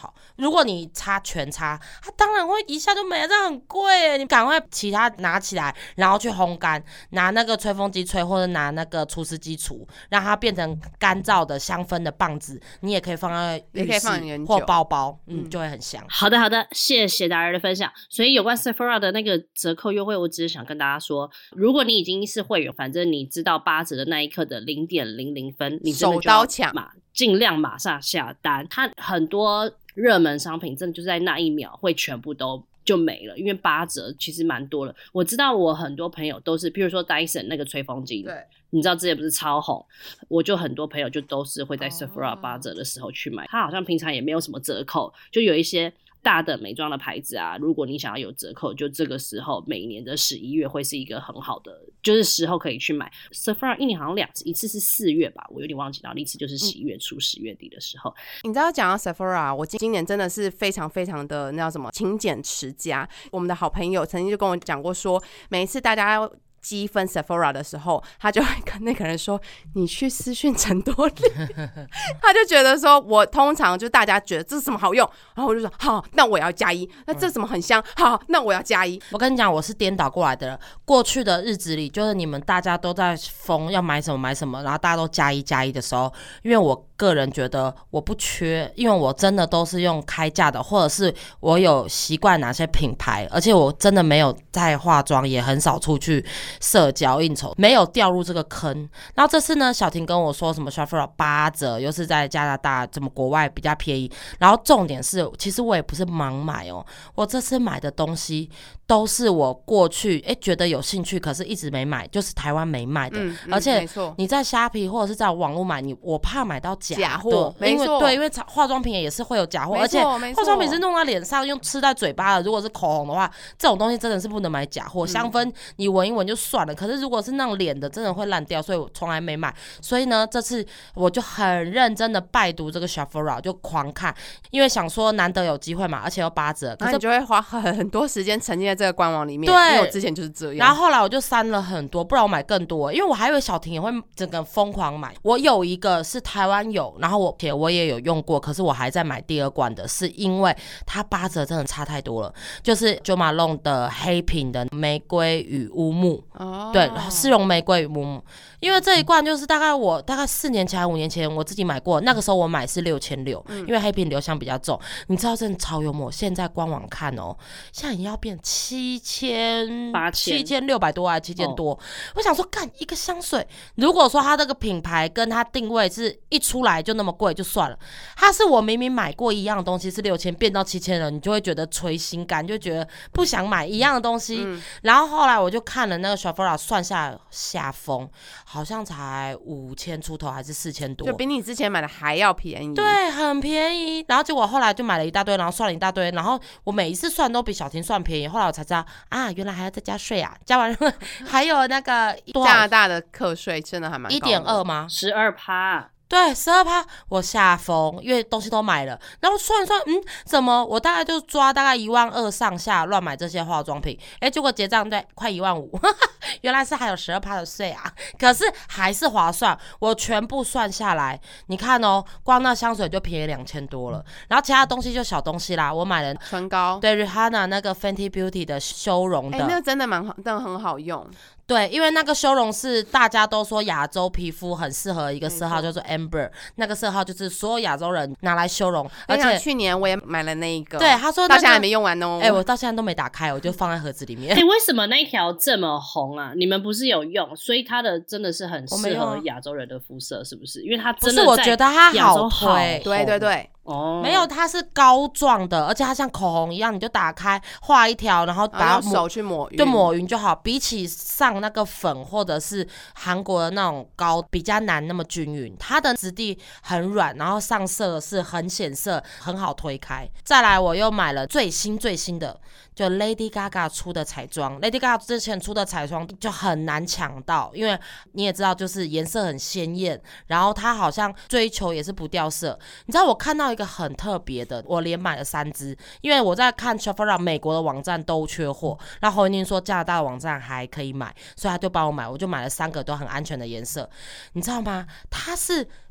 B: 好。如果你擦全擦，它当然会一下就没了，这样很贵，你赶快其他拿起来，然后去烘干，拿那个吹风机吹，或者拿那个除湿机除，让它变成干燥的香氛的棒子，你也可以放在浴室或包包，嗯，嗯就会很香。
C: 好的好的，谢谢达人的分享。所以有关 Sephora 的那个折扣优惠，我只是想跟大家说，如果你已经是会员，反正你知道八折的那一刻的零点零零分，你真的就要
A: 手刀抢，
C: 尽量马上下单。它很多热门商品真的就在那一秒会全部都就没了，因为八折其实蛮多了。我知道我很多朋友都是，譬如说 Dyson 那个吹风机，
A: 对，
C: 你知道之前不是超红，我就很多朋友就都是会在 Sephora 八折的时候去买，它好像平常也没有什么折扣，就有一些大的美妆的牌子啊，如果你想要有折扣，就这个时候每年的十一月会是一个很好的就是时候可以去买。 Sephora 一年好像两次，一次是四月吧，我有点忘记，然后另一次就是十一月初十月底的时候。
A: 你知道讲到 Sephora， 我今年真的是非常非常的那叫什么勤俭持家。我们的好朋友曾经就跟我讲过说，每一次大家积分 Sephora 的时候，他就会跟那个人说你去私讯陈多利他就觉得说我通常就大家觉得这是什么好用，然后我就说好，那我要加一，那这什么很香，好，那我要加一。
B: 我跟你讲，我是颠倒过来的。过去的日子里，就是你们大家都在疯要买什么买什么，然后大家都加一加一的时候，因为我个人觉得我不缺，因为我真的都是用开价的，或者是我有习惯哪些品牌，而且我真的没有在化妆，也很少出去社交应酬，没有掉入这个坑。然后这次呢，小婷跟我说什么 Sephora 八折，又是在加拿大，怎么国外比较便宜。然后重点是，其实我也不是盲买哦，我这次买的东西都是我过去哎觉得有兴趣，可是一直没买，就是台湾没卖的。
A: 嗯嗯、
B: 而且你在虾皮或者是在网络买，你我怕买到假
A: 假货，
B: 因为对，因为化妆品也是会有假货，而且化妆品是弄在脸上用吃在嘴巴的。如果是口红的话，这种东西真的是不能买假货。嗯、香氛你闻一闻就算了，可是如果是那种脸的，真的会烂掉，所以我从来没买。所以呢，这次我就很认真的拜读这个 Sephora， 就狂看，因为想说难得有机会嘛，而且又八折，
A: 可是你就会花很多时间沉浸在这个官网里面。
B: 对，
A: 因为我之前就是这样。
B: 然后后来我就删了很多，不然我买更多，因为我还以为小婷也会整个疯狂买。我有一个是台湾有，然后我且我也有用过，可是我还在买第二罐的，是因为它八折真的差太多了。就是 Jo Malone 的黑瓶的玫瑰与乌木，哦，对，丝绒玫瑰与乌木。因为这一罐就是大概我大概四年前五年前我自己买过，那个时候我买是六千六，因为黑瓶留香比较重。你知道真的超幽默，现在官网看哦，现在已经要变七千
C: 八千
B: 七千六百多还七千多。哦、我想说，干一个香水，如果说它这个品牌跟它定位是一出来就那么贵就算了，它是我明明买过一样的东西是六千变到七千了，你就会觉得捶心肝，就觉得不想买一样的东西。嗯、然后后来我就看了那个 Sephora 算下来下风。好像才五千出头还是四千多，
A: 就比你之前买的还要便宜。
B: 对，很便宜。然后结果后来就买了一大堆，然后算了一大堆，然后我每一次算都比小婷算便宜。后来我才知道啊，原来还要再加税啊，加完还有那个
A: 加拿大的课税真的还蛮高的，
B: 一点二吗？
C: 十二趴。
B: 对，十二趴，我下疯，因为东西都买了，然后算一算，嗯，怎么我大概就抓大概一万二上下乱买这些化妆品，哎，结果结账对快一万五，原来是还有十二趴的税啊，可是还是划算，我全部算下来，你看哦，光那香水就便宜两千多了，然后其他东西就小东西啦，我买了
A: 唇膏，
B: 对 Rihanna 那个 Fenty Beauty 的修容的，
A: 哎，那个真的蛮好，真的很好用。
B: 对，因为那个修容是大家都说亚洲皮肤很适合一个色号，叫做 Amber， 那个色号就是所有亚洲人拿来修容，而且
A: 去年我也买了那一个，
B: 对，他说、那個、
A: 到现在还没用完哦，
B: 哎、欸，我到现在都没打开，我就放在盒子里面。
C: 哎、欸，为什么那一条这么红啊？你们不是有用，所以它的真的是很适合亚洲人的肤色，是不是？因为它真的
B: 在亚洲好，不是，我觉得它好推，
A: 对对对。
B: 哦，没有，它是膏状的，而且它像口红一样，你就打开画一条，然后把它
A: 用手去抹匀，
B: 就抹匀就好。比起上那个粉或者是韩国的那种膏，比较难那么均匀。它的质地很软，然后上色是很显色，很好推开。再来，我又买了最新最新的，就 Lady Gaga 出的彩妆。Lady Gaga 之前出的彩妆就很难抢到，因为你也知道，就是颜色很鲜艳，然后它好像追求也是不掉色。你知道我看到一个很特别的，我连买了三支，因为我在看 Sephora 美国的网站都缺货，然后侯宁说加拿大的网站还可以买，所以他就帮我买，我就买了三个都很安全的颜色。你知道吗？它是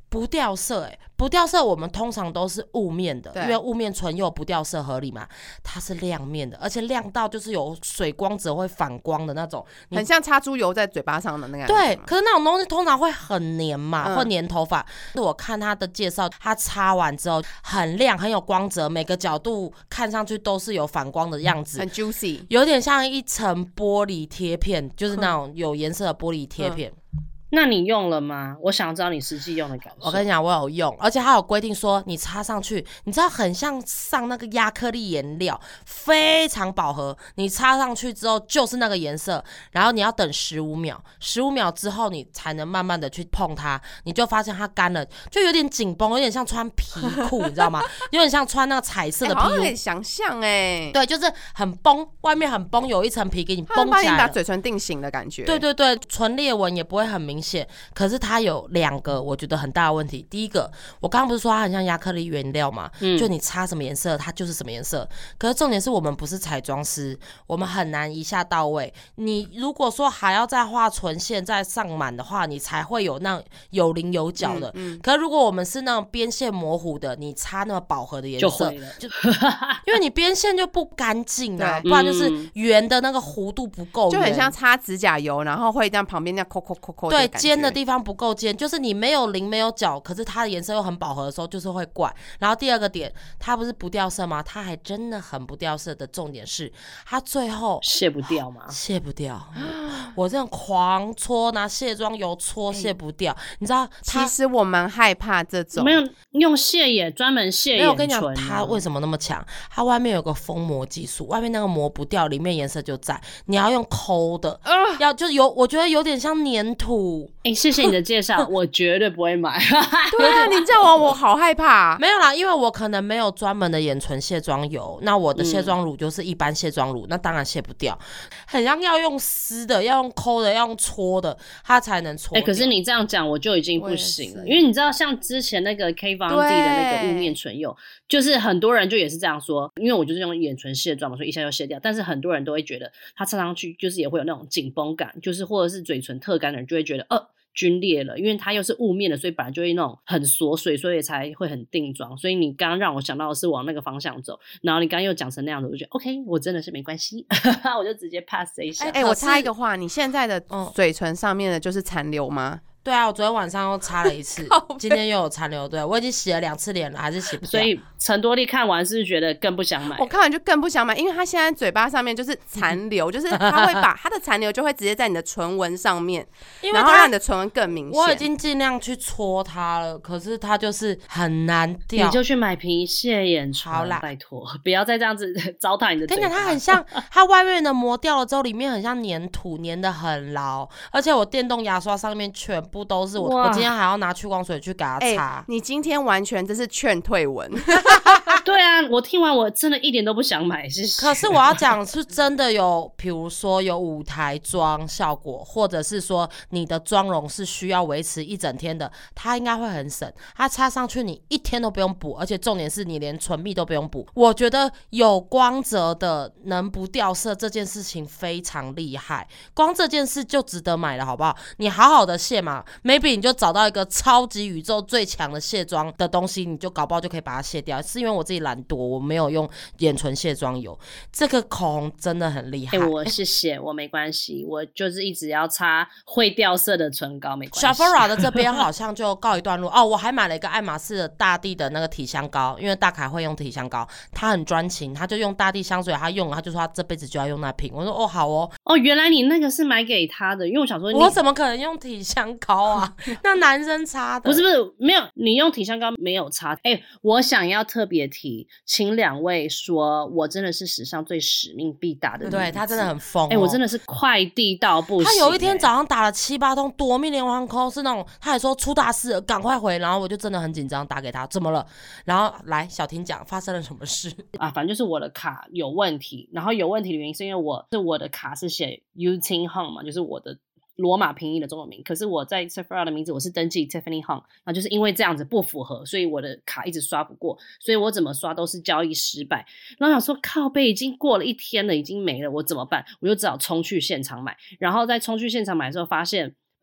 B: 不掉色哎、欸，不掉色我们通常都是雾面的，因为雾面唇釉不掉色合理嘛，它是亮面的，而且亮到就是有水光泽会反光的那种，
A: 很像擦猪油在嘴巴上的那个。
B: 对，可是那种东西通常会很黏嘛，嗯、或黏头发。我看他的介绍，他擦完之后很亮，很有光泽，每个角度看上去都是有反光的样子，
A: 很 juicy，
B: 有点像一层玻璃贴片，就是那种有颜色的玻璃贴片。嗯
C: 那你用了吗？我想知道你实际用的感受。
B: 我跟你讲，我有用，而且它有规定说，你擦上去，你知道很像上那个亚克力颜料，非常饱和。你擦上去之后就是那个颜色，然后你要等十五秒，十五秒之后你才能慢慢的去碰它，你就发现它干了，就有点紧绷，有点像穿皮裤，你知道吗？有点像穿那个彩色的皮裤。
A: 欸、好像可以想象哎，
B: 对，就是很绷，外面很绷，有一层皮给你绷起来了，
A: 它帮你把嘴唇定型的感觉。
B: 对对对，唇裂纹也不会很明显。可是它有两个我觉得很大的问题。第一个，我刚刚不是说它很像亚克力原料嘛、嗯、就你擦什么颜色它就是什么颜色。可是重点是我们不是彩妆师，我们很难一下到位。你如果说还要再画唇线再上满的话，你才会有那有棱有角的、嗯嗯、可是如果我们是那种边线模糊的，你擦那么饱和的颜色就会了就因为你边线就不干净啊，不然就是圆的那个弧度不够圆，
A: 就很像擦指甲油然后会这样旁边那样抠抠抠抠的感觉。
B: 对，尖的地方不够尖，就是你没有棱没有角，可是它的颜色又很饱和的时候就是会怪。然后第二个点，它不是不掉色吗？它还真的很不掉色的重点是它最后
C: 卸不掉吗？
B: 卸不掉我这样狂搓拿卸妆油搓卸不掉、欸、你知道
A: 其实我蛮害怕这种
C: 没有用卸眼专门卸眼唇、啊、
B: 没有，我跟你讲它为什么那么强，它外面有个封膜技术，外面那个膜不掉，里面颜色就在，你要用抠的、呃、要就是有我觉得有点像粘土。
C: 哎、欸，谢谢你的介绍我绝对不会买
A: 对啊，你这样我我好害怕
B: 没有啦，因为我可能没有专门的眼唇卸妆油，那我的卸妆乳就是一般卸妆乳、嗯、那当然卸不掉，很像要用撕的要用抠的要用搓的它才能搓掉。哎、
C: 欸，可是你这样讲我就已经不行了，因为你知道像之前那个 K Von D 的那个雾面唇釉，就是很多人就也是这样说，因为我就是用眼唇卸妆嘛，所以一下就卸掉，但是很多人都会觉得它擦上去就是也会有那种紧绷感，就是或者是嘴唇特干的人就会觉得呃皲裂了，因为它又是雾面的，所以本来就会那种很锁水，所以才会很定妆。所以你刚刚让我想到的是往那个方向走，然后你刚刚又讲成那样子，我就觉得 OK， 我真的是没关系我就直接 pass 这一下。
A: 哎、欸，我插一个话，你现在的嘴唇上面的就是残留吗？
B: 对啊，我昨天晚上又擦了一次今天又有残留，对，我已经洗了两次脸了还是洗不掉。
C: 所以陈多莉看完是不是觉得更不想买？
A: 我看完就更不想买，因为他现在嘴巴上面就是残留就是他会把他的残留就会直接在你的唇纹上面，然后让你的唇纹更明显。
B: 我已经尽量去搓它了，可是它就是很难掉。
C: 你就去买皮卸眼唇好啦，拜托不要再这样子糟蹋你的嘴巴。
B: 跟你讲它很像它外面的膜掉了之后里面很像粘土，粘得很牢，而且我电动牙刷上面全部不都是我，我今天还要拿去光水去给它擦、
A: 欸。你今天完全就是劝退文。
C: 对啊，我听完我真的一点都不想买，谢谢。
B: 可是我要讲是真的有，比如说有舞台妆效果，或者是说你的妆容是需要维持一整天的，它应该会很省。它擦上去你一天都不用补，而且重点是你连唇蜜都不用补。我觉得有光泽的能不掉色这件事情非常厉害，光这件事就值得买了，好不好？你好好的卸嘛。maybe 你就找到一个超级宇宙最强的卸妆的东西，你就搞不好就可以把它卸掉。是因为我自己懒惰，我没有用眼唇卸妆油。这个口红真的很厉害。
C: 欸、我谢谢，我没关系，我就是一直要擦会掉色的唇膏，没关系。
B: Sephora 的这边好像就告一段落哦。我还买了一个爱马仕的大地的那个体香膏，因为大凯会用体香膏，他很专情，他就用大地香水，他用了，他就说他这辈子就要用那瓶。我说哦好哦。
C: 哦，原来你那个是买给他的，因为我想说你
B: 我怎么可能用体香膏啊？那男生擦的
C: 不是不是没有，你用体香膏没有擦。哎、欸，我想要特别提，请两位说，我真的是史上最使命必达的。
B: 对，他真的很疯、哦。
C: 哎、欸，我真的是快递到不行、欸。
B: 他有一天早上打了七八通夺命连环 call， 是那种他还说出大事了，赶快回。然后我就真的很紧张，打给他，怎么了？然后来小婷讲发生了什么事
C: 啊？反正就是我的卡有问题，然后有问题的原因是因为我是我的卡是写 Yuting Hong 嘛，就是我的罗马拼音的中文名，可是我在 Sephora 的名字我是登记 Tiffany Hong， 那就是因为这样子不符合，所以我的卡一直刷不过，所以我怎么刷都是交易失败。然后想说靠北，已经过了一天了，已经没了，我怎么办？我就只好冲去现场买，然后在冲去现场买的时候发现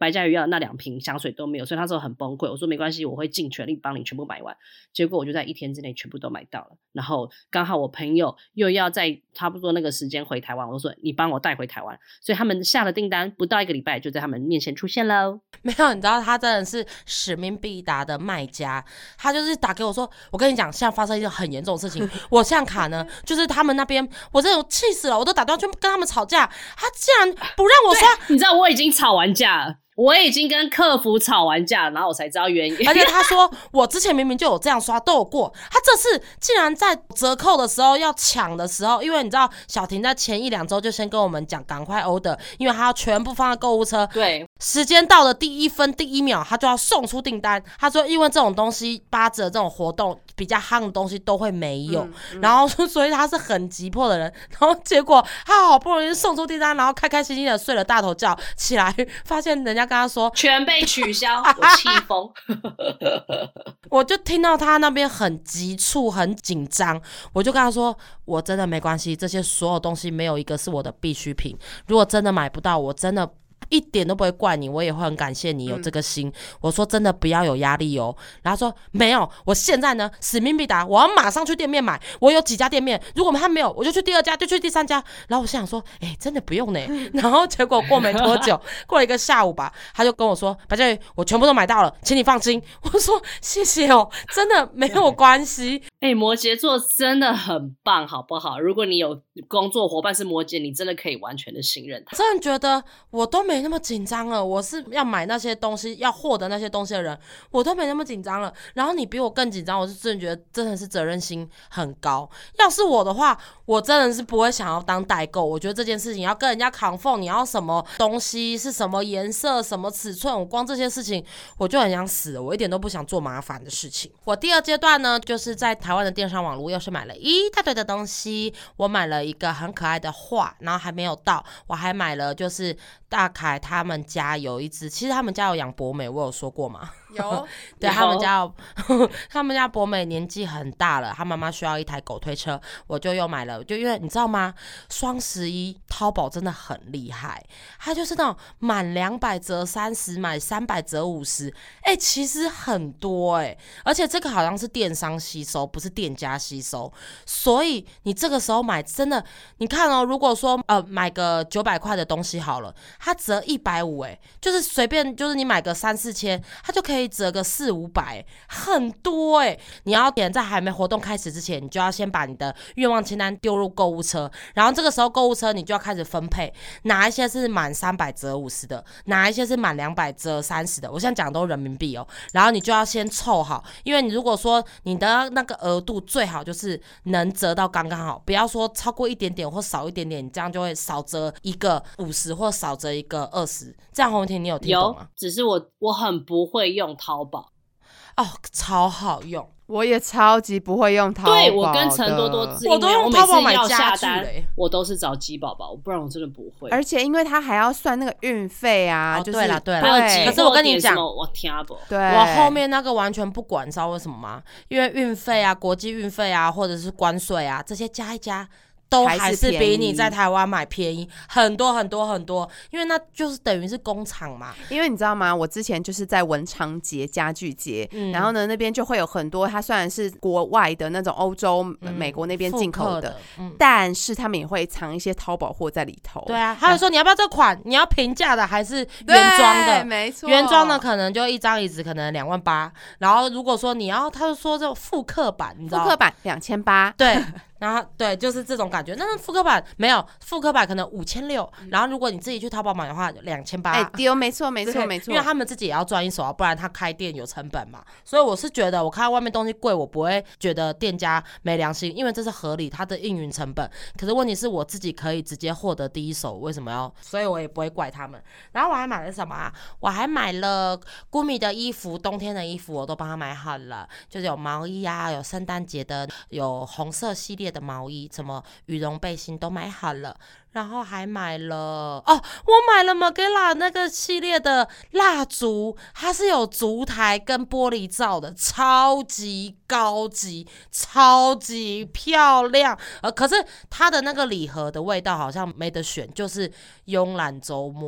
C: 白嘉瑜要那两瓶香水都没有，所以他说很崩溃。我说没关系，我会尽全力帮你全部买完。结果我就在一天之内全部都买到了，然后刚好我朋友又要在差不多那个时间回台湾，我说你帮我带回台湾，所以他们下了订单不到一个礼拜就在他们面前出现喽。
B: 没有，你知道他真的是使命必达的卖家，他就是打给我说，我跟你讲，现在发生一件很严重的事情，我信用卡呢，就是他们那边，我真的气死了，我都打电话去跟他们吵架，他竟然不让我刷，
C: 你知道我已经吵完架了。我已经跟客服吵完架，然后我才知道原因。
B: 而且他说我之前明明就有这样刷都有过，他这次竟然在折扣的时候要抢的时候，因为你知道小婷在前一两周就先跟我们讲赶快 order， 因为他要全部放在购物车。
C: 对，
B: 时间到了第一分第一秒他就要送出订单。他说因为这种东西八折这种活动比较夯的东西都会没有、嗯嗯、然后所以他是很急迫的人，然后结果他好不容易送出订单，然后开开心心的睡了大头觉，起来发现人家跟他说
C: 全被取消，我气疯。
B: 我就听到他那边很急促很紧张，我就跟他说我真的没关系，这些所有东西没有一个是我的必需品，如果真的买不到我真的一点都不会怪你，我也会很感谢你有这个心、嗯、我说真的不要有压力哦。然后说没有，我现在呢使命必达，我要马上去店面买，我有几家店面，如果他没有我就去第二家就去第三家。然后我想说哎、欸，真的不用呢。然后结果过没多久过了一个下午吧，他就跟我说白嘉瑜我全部都买到了，请你放心。我说谢谢哦，真的没有关系。
C: 哎、欸，摩羯座真的很棒好不好？如果你有工作伙伴是摩羯，你真的可以完全的信任他。
B: 真的觉得我都没那么紧张了，我是要买那些东西要获得那些东西的人，我都没那么紧张了，然后你比我更紧张，我是真的觉得真的是责任心很高。要是我的话我真的是不会想要当代购，我觉得这件事情要跟人家confirm你要什么东西是什么颜色什么尺寸，我光这些事情我就很想死了，我一点都不想做麻烦的事情。我第二阶段呢就是在台湾的电商网络又是买了一大堆的东西，我买了一个很可爱的画，然后还没有到，我还买了就是大凯他们家有一只，其实他们家有养博美，我有说过吗？
A: 有
B: 对，他们家有他们家博美年纪很大了，他妈妈需要一台狗推车，我就又买了。就因为你知道吗，双十一淘宝真的很厉害，它就是那种满两百折三十，买三百折五十，哎，其实很多哎、欸，而且这个好像是电商吸收，不是店家吸收，所以你这个时候买真的，你看哦，如果说呃买个九百块的东西好了，它折一百五，哎，就是随便就是你买个三四千，它就可以折个四五百，很多哎、欸。你要点在还没活动开始之前，你就要先把你的愿望清单丢入购物车，然后这个时候购物车你就要开始分配，哪一些是满三百折五十的，哪一些是满两百折三十的，我现在讲的都是人民币哦。然后你就要先凑好，因为你如果说你的那个额度最好就是能折到刚刚好，不要说超过一点点或少一点点，你这样就会少折一个五十或少折一个二十。这样洪婷你有听懂吗？
C: 有，只是我我很不会用淘宝
B: 哦，超好用。
A: 我也超级不会用淘宝的，
C: 对，我跟陈多多自
B: 我都用淘宝买家具嘞，
C: 我都是找鸡宝宝，不然我真的不会。
A: 而且因为他还要算那个运费啊、
B: 哦，
A: 就是
B: 对啦对啦，
A: 对，
B: 可是我跟你讲，
C: 我听不，
A: 对，
B: 我后面那个完全不管，知道为什么吗？因为运费啊、国际运费啊，或者是关税啊，这些加一加。都还是比你在台湾买便宜很多很多很多，因为那就是等于是工厂嘛。
A: 因为你知道吗，我之前就是在文昌街家具街、嗯、然后呢那边就会有很多，它虽然是国外的那种欧洲、嗯、美国那边进口 的, 的、嗯、但是他们也会藏一些淘宝货在里头。
B: 对啊，他会说你要不要这款，你要平价的还是原装的？
A: 没错，
B: 原装的可能就一张椅子可能两万八，然后如果说你要，他就说这种复刻版，你知道
A: 复刻版两千八，
B: 对。然后对，就是这种感觉。那复刻版没有，复刻版可能五千六，然后如果你自己去淘宝买的话，两千八。
A: 哎，丢，没错，没错，没错。
B: 因为他们自己也要赚一手啊，不然他开店有成本嘛。所以我是觉得，我看到外面东西贵，我不会觉得店家没良心，因为这是合理，它的运营成本。可是问题是我自己可以直接获得第一手，为什么要？所以我也不会怪他们。然后我还买了什么啊？我还买了咕米的衣服，冬天的衣服我都帮他买好了，就是有毛衣啊，有圣诞节的，有红色系列的毛衣，什么羽绒背心都买好了，然后还买了哦，我买了 Magella 那个系列的蜡烛，它是有烛台跟玻璃罩的，超级高级，超级漂亮。呃，可是它的那个礼盒的味道好像没得选，就是慵懒周末。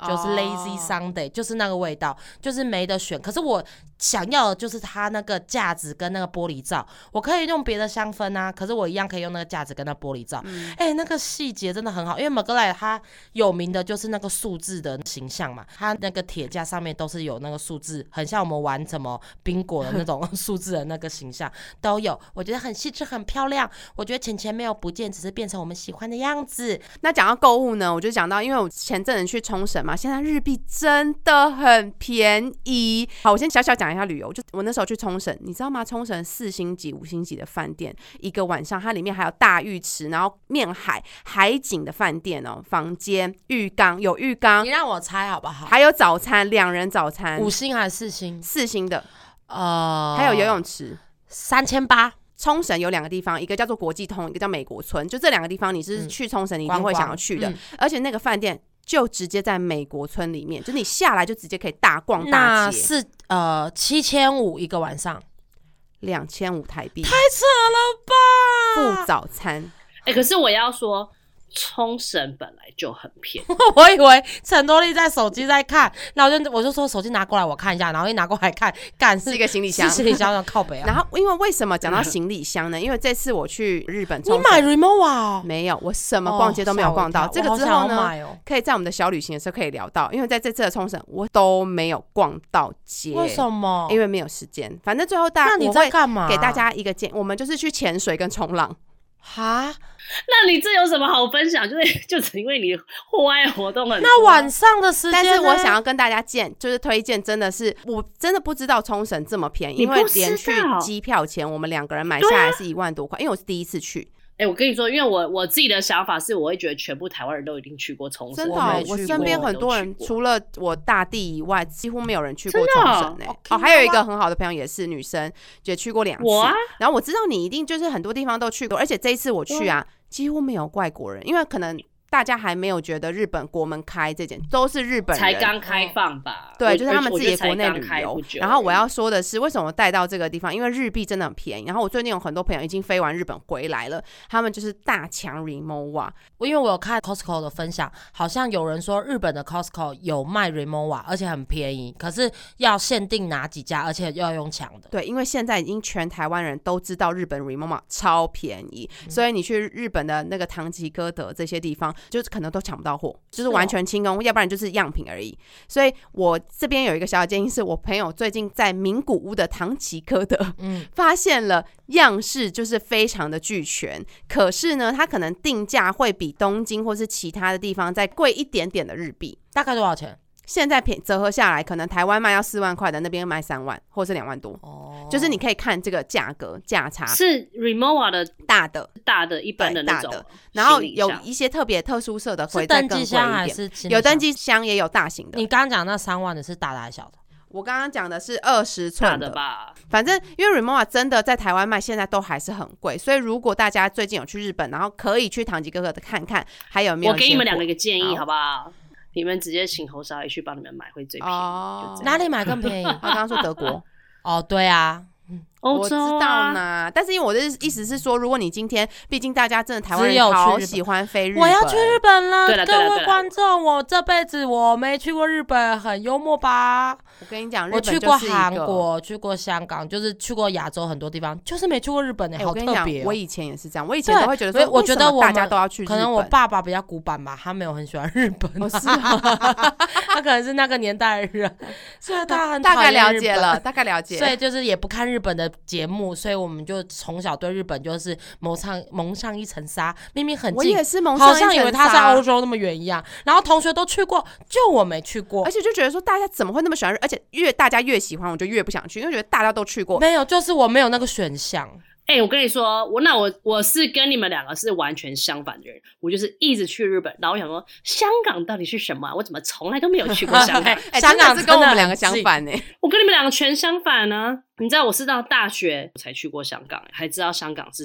B: 就是 Lazy Sunday，、oh. 就是那个味道，就是没得选。可是我想要的就是它那个架子跟那个玻璃罩，我可以用别的香氛啊，可是我一样可以用那个架子跟那玻璃罩。哎、嗯欸，那个细节真的很好，因为 Mugler 它有名的就是那个数字的形象嘛，它那个铁架上面都是有那个数字，很像我们玩什么宾果的那种数字的那个形象都有，我觉得很细致很漂亮。我觉得钱钱没有不见，只是变成我们喜欢的样子。
A: 那讲到购物呢，我就讲到，因为我前阵子去冲绳嘛，现在日币真的很便宜。好，我先小小讲一下旅游。就我那时候去冲绳，你知道吗？冲绳四星级、五星级的饭店，一个晚上它里面还有大浴池，然后面海海景的饭店哦，房间、浴缸有浴缸。
B: 你让我猜好不好？
A: 还有早餐，两人早餐，
B: 五星还是四星？
A: 四星的，
B: 呃，
A: 还有游泳池，
B: 三千八。
A: 冲绳有两个地方，一个叫做国际通，一个叫美国村，就这两个地方你是去冲绳你一定会想要去的、嗯、而且那个饭店就直接在美国村里面，就你下来就直接可以大逛大街。
B: 那是呃七千五一个晚上，
A: 两千五台币，
B: 太扯了
A: 吧！附早餐，
C: 哎、欸，可是我要说。冲绳本来就很便宜，
B: 我以为陈多丽在手机在看，然后我就我就说手机拿过来我看一下，然后一拿过来看，干
A: 是一个行李箱，
B: 是行李箱的靠北啊。
A: 然后因为为什么讲到行李箱呢？因为这次我去日本冲绳，
B: 你买 Rimowa、哦、
A: 没有，我什么逛街都没有逛到。哦、这个之后呢、
B: 哦，
A: 可以在我们的小旅行的时候可以聊到，因为在这次的冲绳我都没有逛到街。
B: 为什么？
A: 因为没有时间。反正最后大家，
B: 那你在干嘛？
A: 给大家一个建议，我们就是去潜水跟冲浪。
B: 哈，
C: 那你这有什么好分享？就是就只因为你户外活动很多，
B: 那晚上的时间，
A: 但是我想要跟大家建，就是推荐，真的是我真的不知道冲绳这么便宜，因为连去机票钱我们两个人买下来是一万多块、啊，因为我是第一次去。
C: 哎、欸，我跟你说，因为我我自己的想法是，我会觉得全部台湾人都一定去过冲绳。
A: 真的、哦，我身边很多人除了我大弟以外，几乎没有人去过冲绳诶、欸。哦，还有一个很好的朋友也是女生，也去过两次。
C: 我啊，
A: 然后我知道你一定就是很多地方都去过，而且这一次我去啊，几乎没有外国人，因为可能。大家还没有觉得日本国门开这件，都是日本人
C: 才刚开放吧？
A: 对，就是他们自己的国内旅游。然后我要说的是，为什么带到这个地方？因为日币真的很便宜。然后我最近有很多朋友已经飞完日本回来了，他们就是大强 Rimowa。
B: 因为我有看 Costco 的分享，好像有人说日本的 Costco 有卖 Rimowa， 而且很便宜，可是要限定哪几家，而且要用抢的。
A: 对，因为现在已经全台湾人都知道日本 Rimowa 超便宜、嗯，所以你去日本的那个唐吉诃德这些地方。就是可能都抢不到货，就是完全清空、哦，要不然就是样品而已。所以我这边有一个小小建议，是我朋友最近在名古屋的唐吉诃德，嗯，发现了样式就是非常的俱全，可是呢，它可能定价会比东京或是其他的地方再贵一点点的日币，
B: 大概多少钱？
A: 现在便折合下来，可能台湾卖要四万块的，那边卖三万，或是两万多。哦，就是你可以看这个价格价差。
C: 是 Rimowa 的
A: 大的、
C: 大的、一般的那种，
A: 然后有一些特别特殊色的会再更贵一点。有登机箱，也有大型的。
B: 你刚刚讲那三万的是大的还是小的？
A: 我刚刚讲的是二十寸
C: 的吧。
A: 反正因为 Rimowa 真的在台湾卖，现在都还是很贵，所以如果大家最近有去日本，然后可以去唐吉诃德看看，还有没有？
C: 我给你们两个一个建议，好不好？你们直接请侯少爷去帮你们买会最便宜。
A: 哦，
B: 哪里买更便宜？
A: 他刚刚说德国。
B: 哦，对啊。
C: 欧洲、啊、
A: 我知道呢，但是因为我的意思是说，如果你今天，毕竟大家真的台湾人好喜欢飞日本，
B: 我要去日本了，
C: 对了
B: 各位观众，我这辈子我没去过日本，很幽默吧？
A: 我跟你讲，日本
B: 我去过韩国，去过香港，就是去过亚洲很多地方，就是没去过日本呢、欸欸，好特别、
A: 喔。我以前也是这样，我以前都会觉得说，
B: 我觉得
A: 大家都要去日本，
B: 可能我爸爸比较古板吧，他没有很喜欢日本、啊，
A: 哦是啊、
B: 他可能是那个年代的人，所以他很
A: 大概了解了，大概了解，
B: 所以就是也不看日本的节目，所以我们就从小对日本就是蒙上蒙上一层纱，明明很近，
A: 我也是蒙上一层纱，
B: 好像以为他在欧洲那么远一样。然后同学都去过，就我没去过，
A: 而且就觉得说大家怎么会那么喜欢，而且越大家越喜欢，我就越不想去，因为觉得大家都去过。
B: 没有，就是我没有那个选项。
C: 哎、欸，我跟你说，我那我我是跟你们两个是完全相反的人，我就是一直去日本，然后我想说香港到底是什么、啊？我怎么从来都没有去过香港？
A: 欸、香港是跟我们两个相反呢、欸。
C: 我跟你们两个全相反呢、啊。你知道我是到大学才去过香港，还知道香港是什么。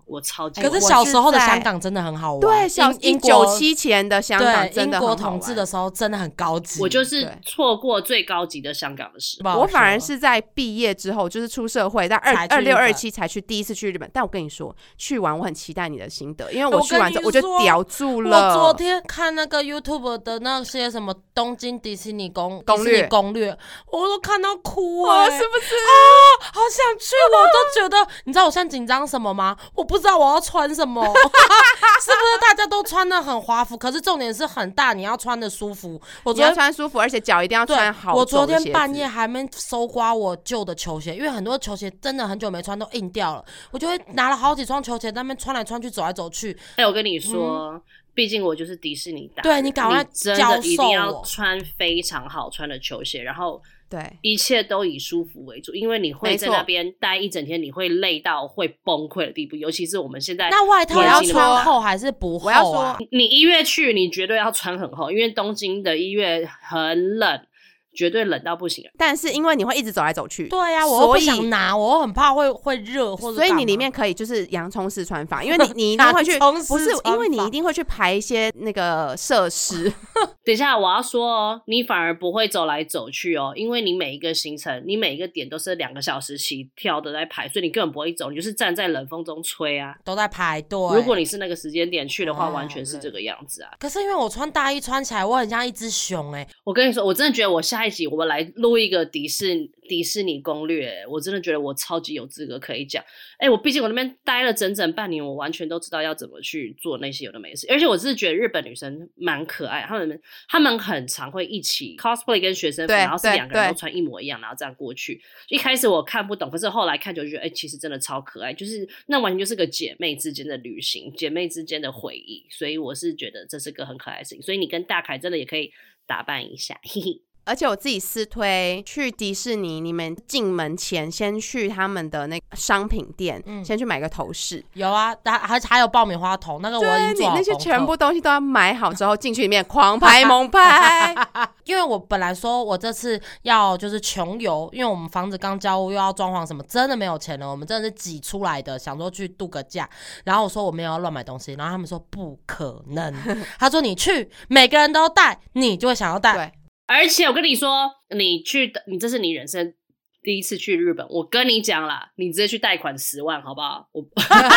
C: 我超级。
B: 可是小时候的香港真的很好玩，
A: 对，小
B: 英
A: 九七前的香港真的很好玩，
B: 英国统治的时候真的很高级。
C: 我就是错过最高级的香港的时
A: 候，我反而是在毕业之后，就是出社会，在二二六二七才去第一次去日本。但我跟你说，去完我很期待你的心得，因为我去完之后我就屌住了。
B: 我昨天看那个 YouTube 的那些什么东京迪士尼攻
A: 攻略
B: 攻略，我都看到哭哎、欸，
A: 是不是
B: 啊？好想去，我都觉得，你知道我现在紧张什么吗？我不知道我要穿什么，是不是大家都穿的很华服？可是重点是很大，你要穿的舒服。我昨天
A: 你要穿舒服，而且脚一定要穿好走的鞋子。
B: 我昨天半夜还没搜刮我旧的球鞋，因为很多球鞋真的很久没穿都硬掉了，我就会拿了好几双球鞋在那边穿来穿去，走来走去。
C: 哎、欸，我跟你说。嗯，毕竟我就是迪士尼大，
B: 对，你赶快教授我，
C: 一定要穿非常好穿的球鞋，然后
A: 对
C: 一切都以舒服为主，因为你会在那边待一整天，你会累到会崩溃的地步。尤其是我们现在
B: 那外套要穿厚还是不厚啊？
A: 我要说，
C: 你一月去，你绝对要穿很厚，因为东京的一月很冷。绝对冷到不行，
A: 但是因为你会一直走来走去，
B: 对啊，我又不想拿，我很怕会会热或者，
A: 所以你里面可以就是洋葱式穿法，因为你你一定会去，不是因为你一定会去排一些那个设施。
C: 等一下我要说哦，你反而不会走来走去哦，因为你每一个行程，你每一个点都是两个小时起跳的在排，所以你根本不会走，你就是站在冷风中吹啊，
B: 都在排队。
C: 如果你是那个时间点去的话，哦、完全是这个样子啊。
B: 可是因为我穿大衣穿起来，我很像一只熊哎、欸。
C: 我跟你说，我真的觉得我下一集我们来录一个迪士迪士尼攻略、欸，我真的觉得我超级有资格可以讲。哎、欸，我毕竟我那边待了整整半年，我完全都知道要怎么去做那些有的没的事。而且我是觉得日本女生蛮可爱，她们她们很常会一起 cosplay 跟学生服，然后是两个人都穿一模一样，然后这样过去。一开始我看不懂，可是后来看就觉得，哎、欸，其实真的超可爱，就是那完全就是个姐妹之间的旅行，姐妹之间的回忆。所以我是觉得这是个很可爱的事情。所以你跟大凯真的也可以打扮一下，嘿嘿。
A: 而且我自己私推去迪士尼，你们进门前先去他们的那个商品店，嗯、先去买个头饰。
B: 有啊，还还有爆米花头，那个我已经做好功课。
A: 对，你那些全部东西都要买好之后进去里面狂拍猛拍。
B: 因为我本来说我这次要就是穷游，因为我们房子刚交屋又要装潢什么，真的没有钱了，我们真的是挤出来的，想说去度个假。然后我说我没有要乱买东西，然后他们说不可能，他说你去每个人都带，你就会想要带。
A: 对。
C: 而且我跟你说，你去，你这是你人生第一次去日本，我跟你讲啦，你直接去贷款十万，好不好？我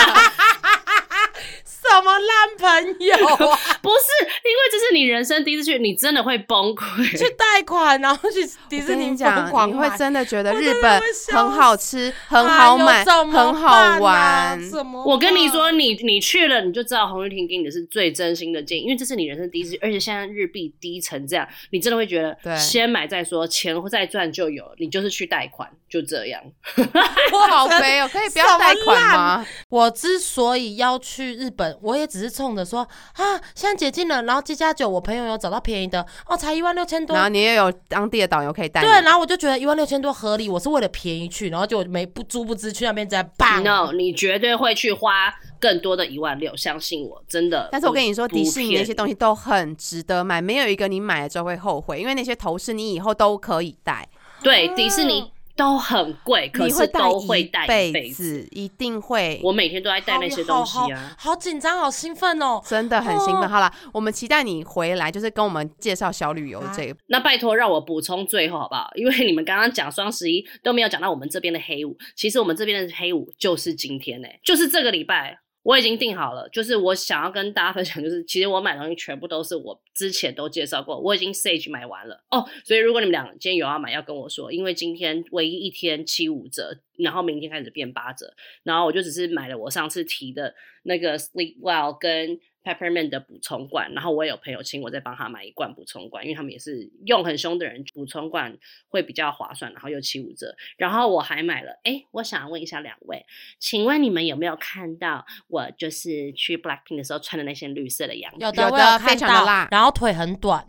B: 什么烂朋友啊？
C: 不是，因为这是你人生第一次去，你真的会崩溃。
B: 去贷款，然后去迪士尼疯狂买，
A: 你会真的觉得日本很好吃、很好买、
B: 啊、
A: 很好玩。
C: 我跟你说，你你去了，你就知道洪玉婷给你的是最真心的建议，因为这是你人生第一次，而且现在日币低成这样，你真的会觉得先买再说，钱再赚就有了，你就是去贷款，就这样。
A: 我好悲哦，可以不要贷款吗？
B: 我之所以要去日本，我也只是冲着说啊，现在解禁了，然后七加九，我朋友有找到便宜的哦，才一万六千多，
A: 然后你也有当地的导游可以带你。
B: 对，然后我就觉得一万六千多合理，我是为了便宜去，然后就没不殊不知去那边再棒。
C: No， 你绝对会去花更多的一万六，相信我，真的。
A: 但是我跟你说，迪士尼那些东西都很值得买，没有一个你买了之后会后悔，因为那些头饰你以后都可以戴。
C: 对，迪士尼。都很贵，可是都会带一辈子，
A: 一定会。
C: 我每天都在带那些东西啊，
B: 好紧张，好兴奋哦，
A: 真的很兴奋。哦、好啦，我们期待你回来，就是跟我们介绍小旅游这个、啊。
C: 那拜托让我补充最后好不好？因为你们刚刚讲双十一都没有讲到我们这边的黑五，其实我们这边的黑五就是今天欸，就是这个礼拜。我已经订好了，就是我想要跟大家分享，就是其实我买的东西全部都是我之前都介绍过，我已经 Sage 买完了哦。所以如果你们俩今天有要买，要跟我说，因为今天唯一一天七五折，然后明天开始变八折，然后我就只是买了我上次提的那个 Sleep Well 跟 Peppermint 的补充罐，然后我也有朋友请我再帮他买一罐补充罐，因为他们也是用很凶的人，补充罐会比较划算，然后又七五折。然后我还买了，诶，我想问一下两位，请问你们有没有看到我就是去 Blackpink 的时候穿的那件绿色的洋装？
B: 有的，我有看到，非常的辣，然后腿很短。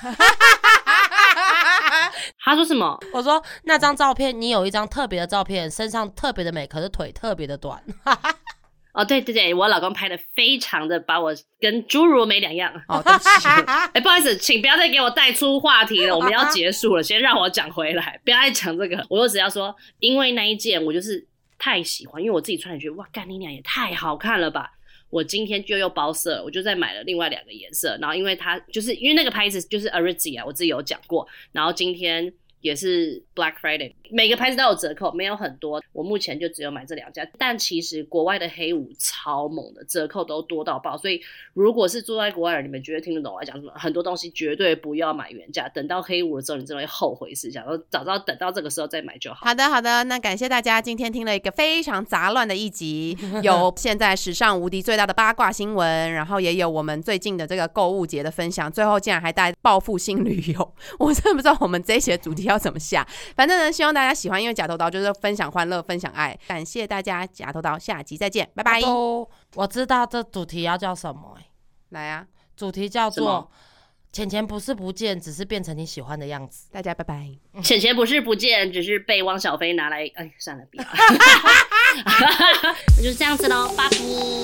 C: 他说什么？
B: 我说那张照片，你有一张特别的照片，身上特别的美，可是腿特别的短。
C: 哦，对对对，我老公拍的非常的把我跟侏儒没两样。哦，对不起，哎，不好意思，请不要再给我带出话题了，我们要结束了，先让我讲回来，不要再讲这个。我就只要说，因为那一件我就是太喜欢，因为我自己穿也觉得哇，干你娘也太好看了吧。我今天就又包色，我就再买了另外两个颜色，然后因为它就是因为那个牌子就是 Aritzia， 我自己有讲过，然后今天也是 Black Friday， 每个牌子都有折扣，没有很多，我目前就只有买这两家，但其实国外的黑五超猛的，折扣都多到爆，所以如果是住在国外的人，你们绝对听得懂我在讲什么，很多东西绝对不要买原价，等到黑五的时候你真的会后悔思想，早知道等到这个时候再买就好。
A: 好的好的，那感谢大家今天听了一个非常杂乱的一集，有现在史上无敌最大的八卦新闻，然后也有我们最近的这个购物节的分享，最后竟然还带报复性旅游，我真的不知道我们这一期的主题要怎么下，反正呢希望大家喜欢，因为假头刀就是分享欢乐分享爱，感谢大家，假头刀下集再见，拜拜。
B: 我知道这主题要叫什么、欸、
A: 来啊，
B: 主题叫做钱钱不是不见，只是变成你喜欢的样子。
A: 大家拜拜。
C: 钱钱不是不见，只是被汪小菲拿来，哎，算了，不要，就是这样子咯，拜拜。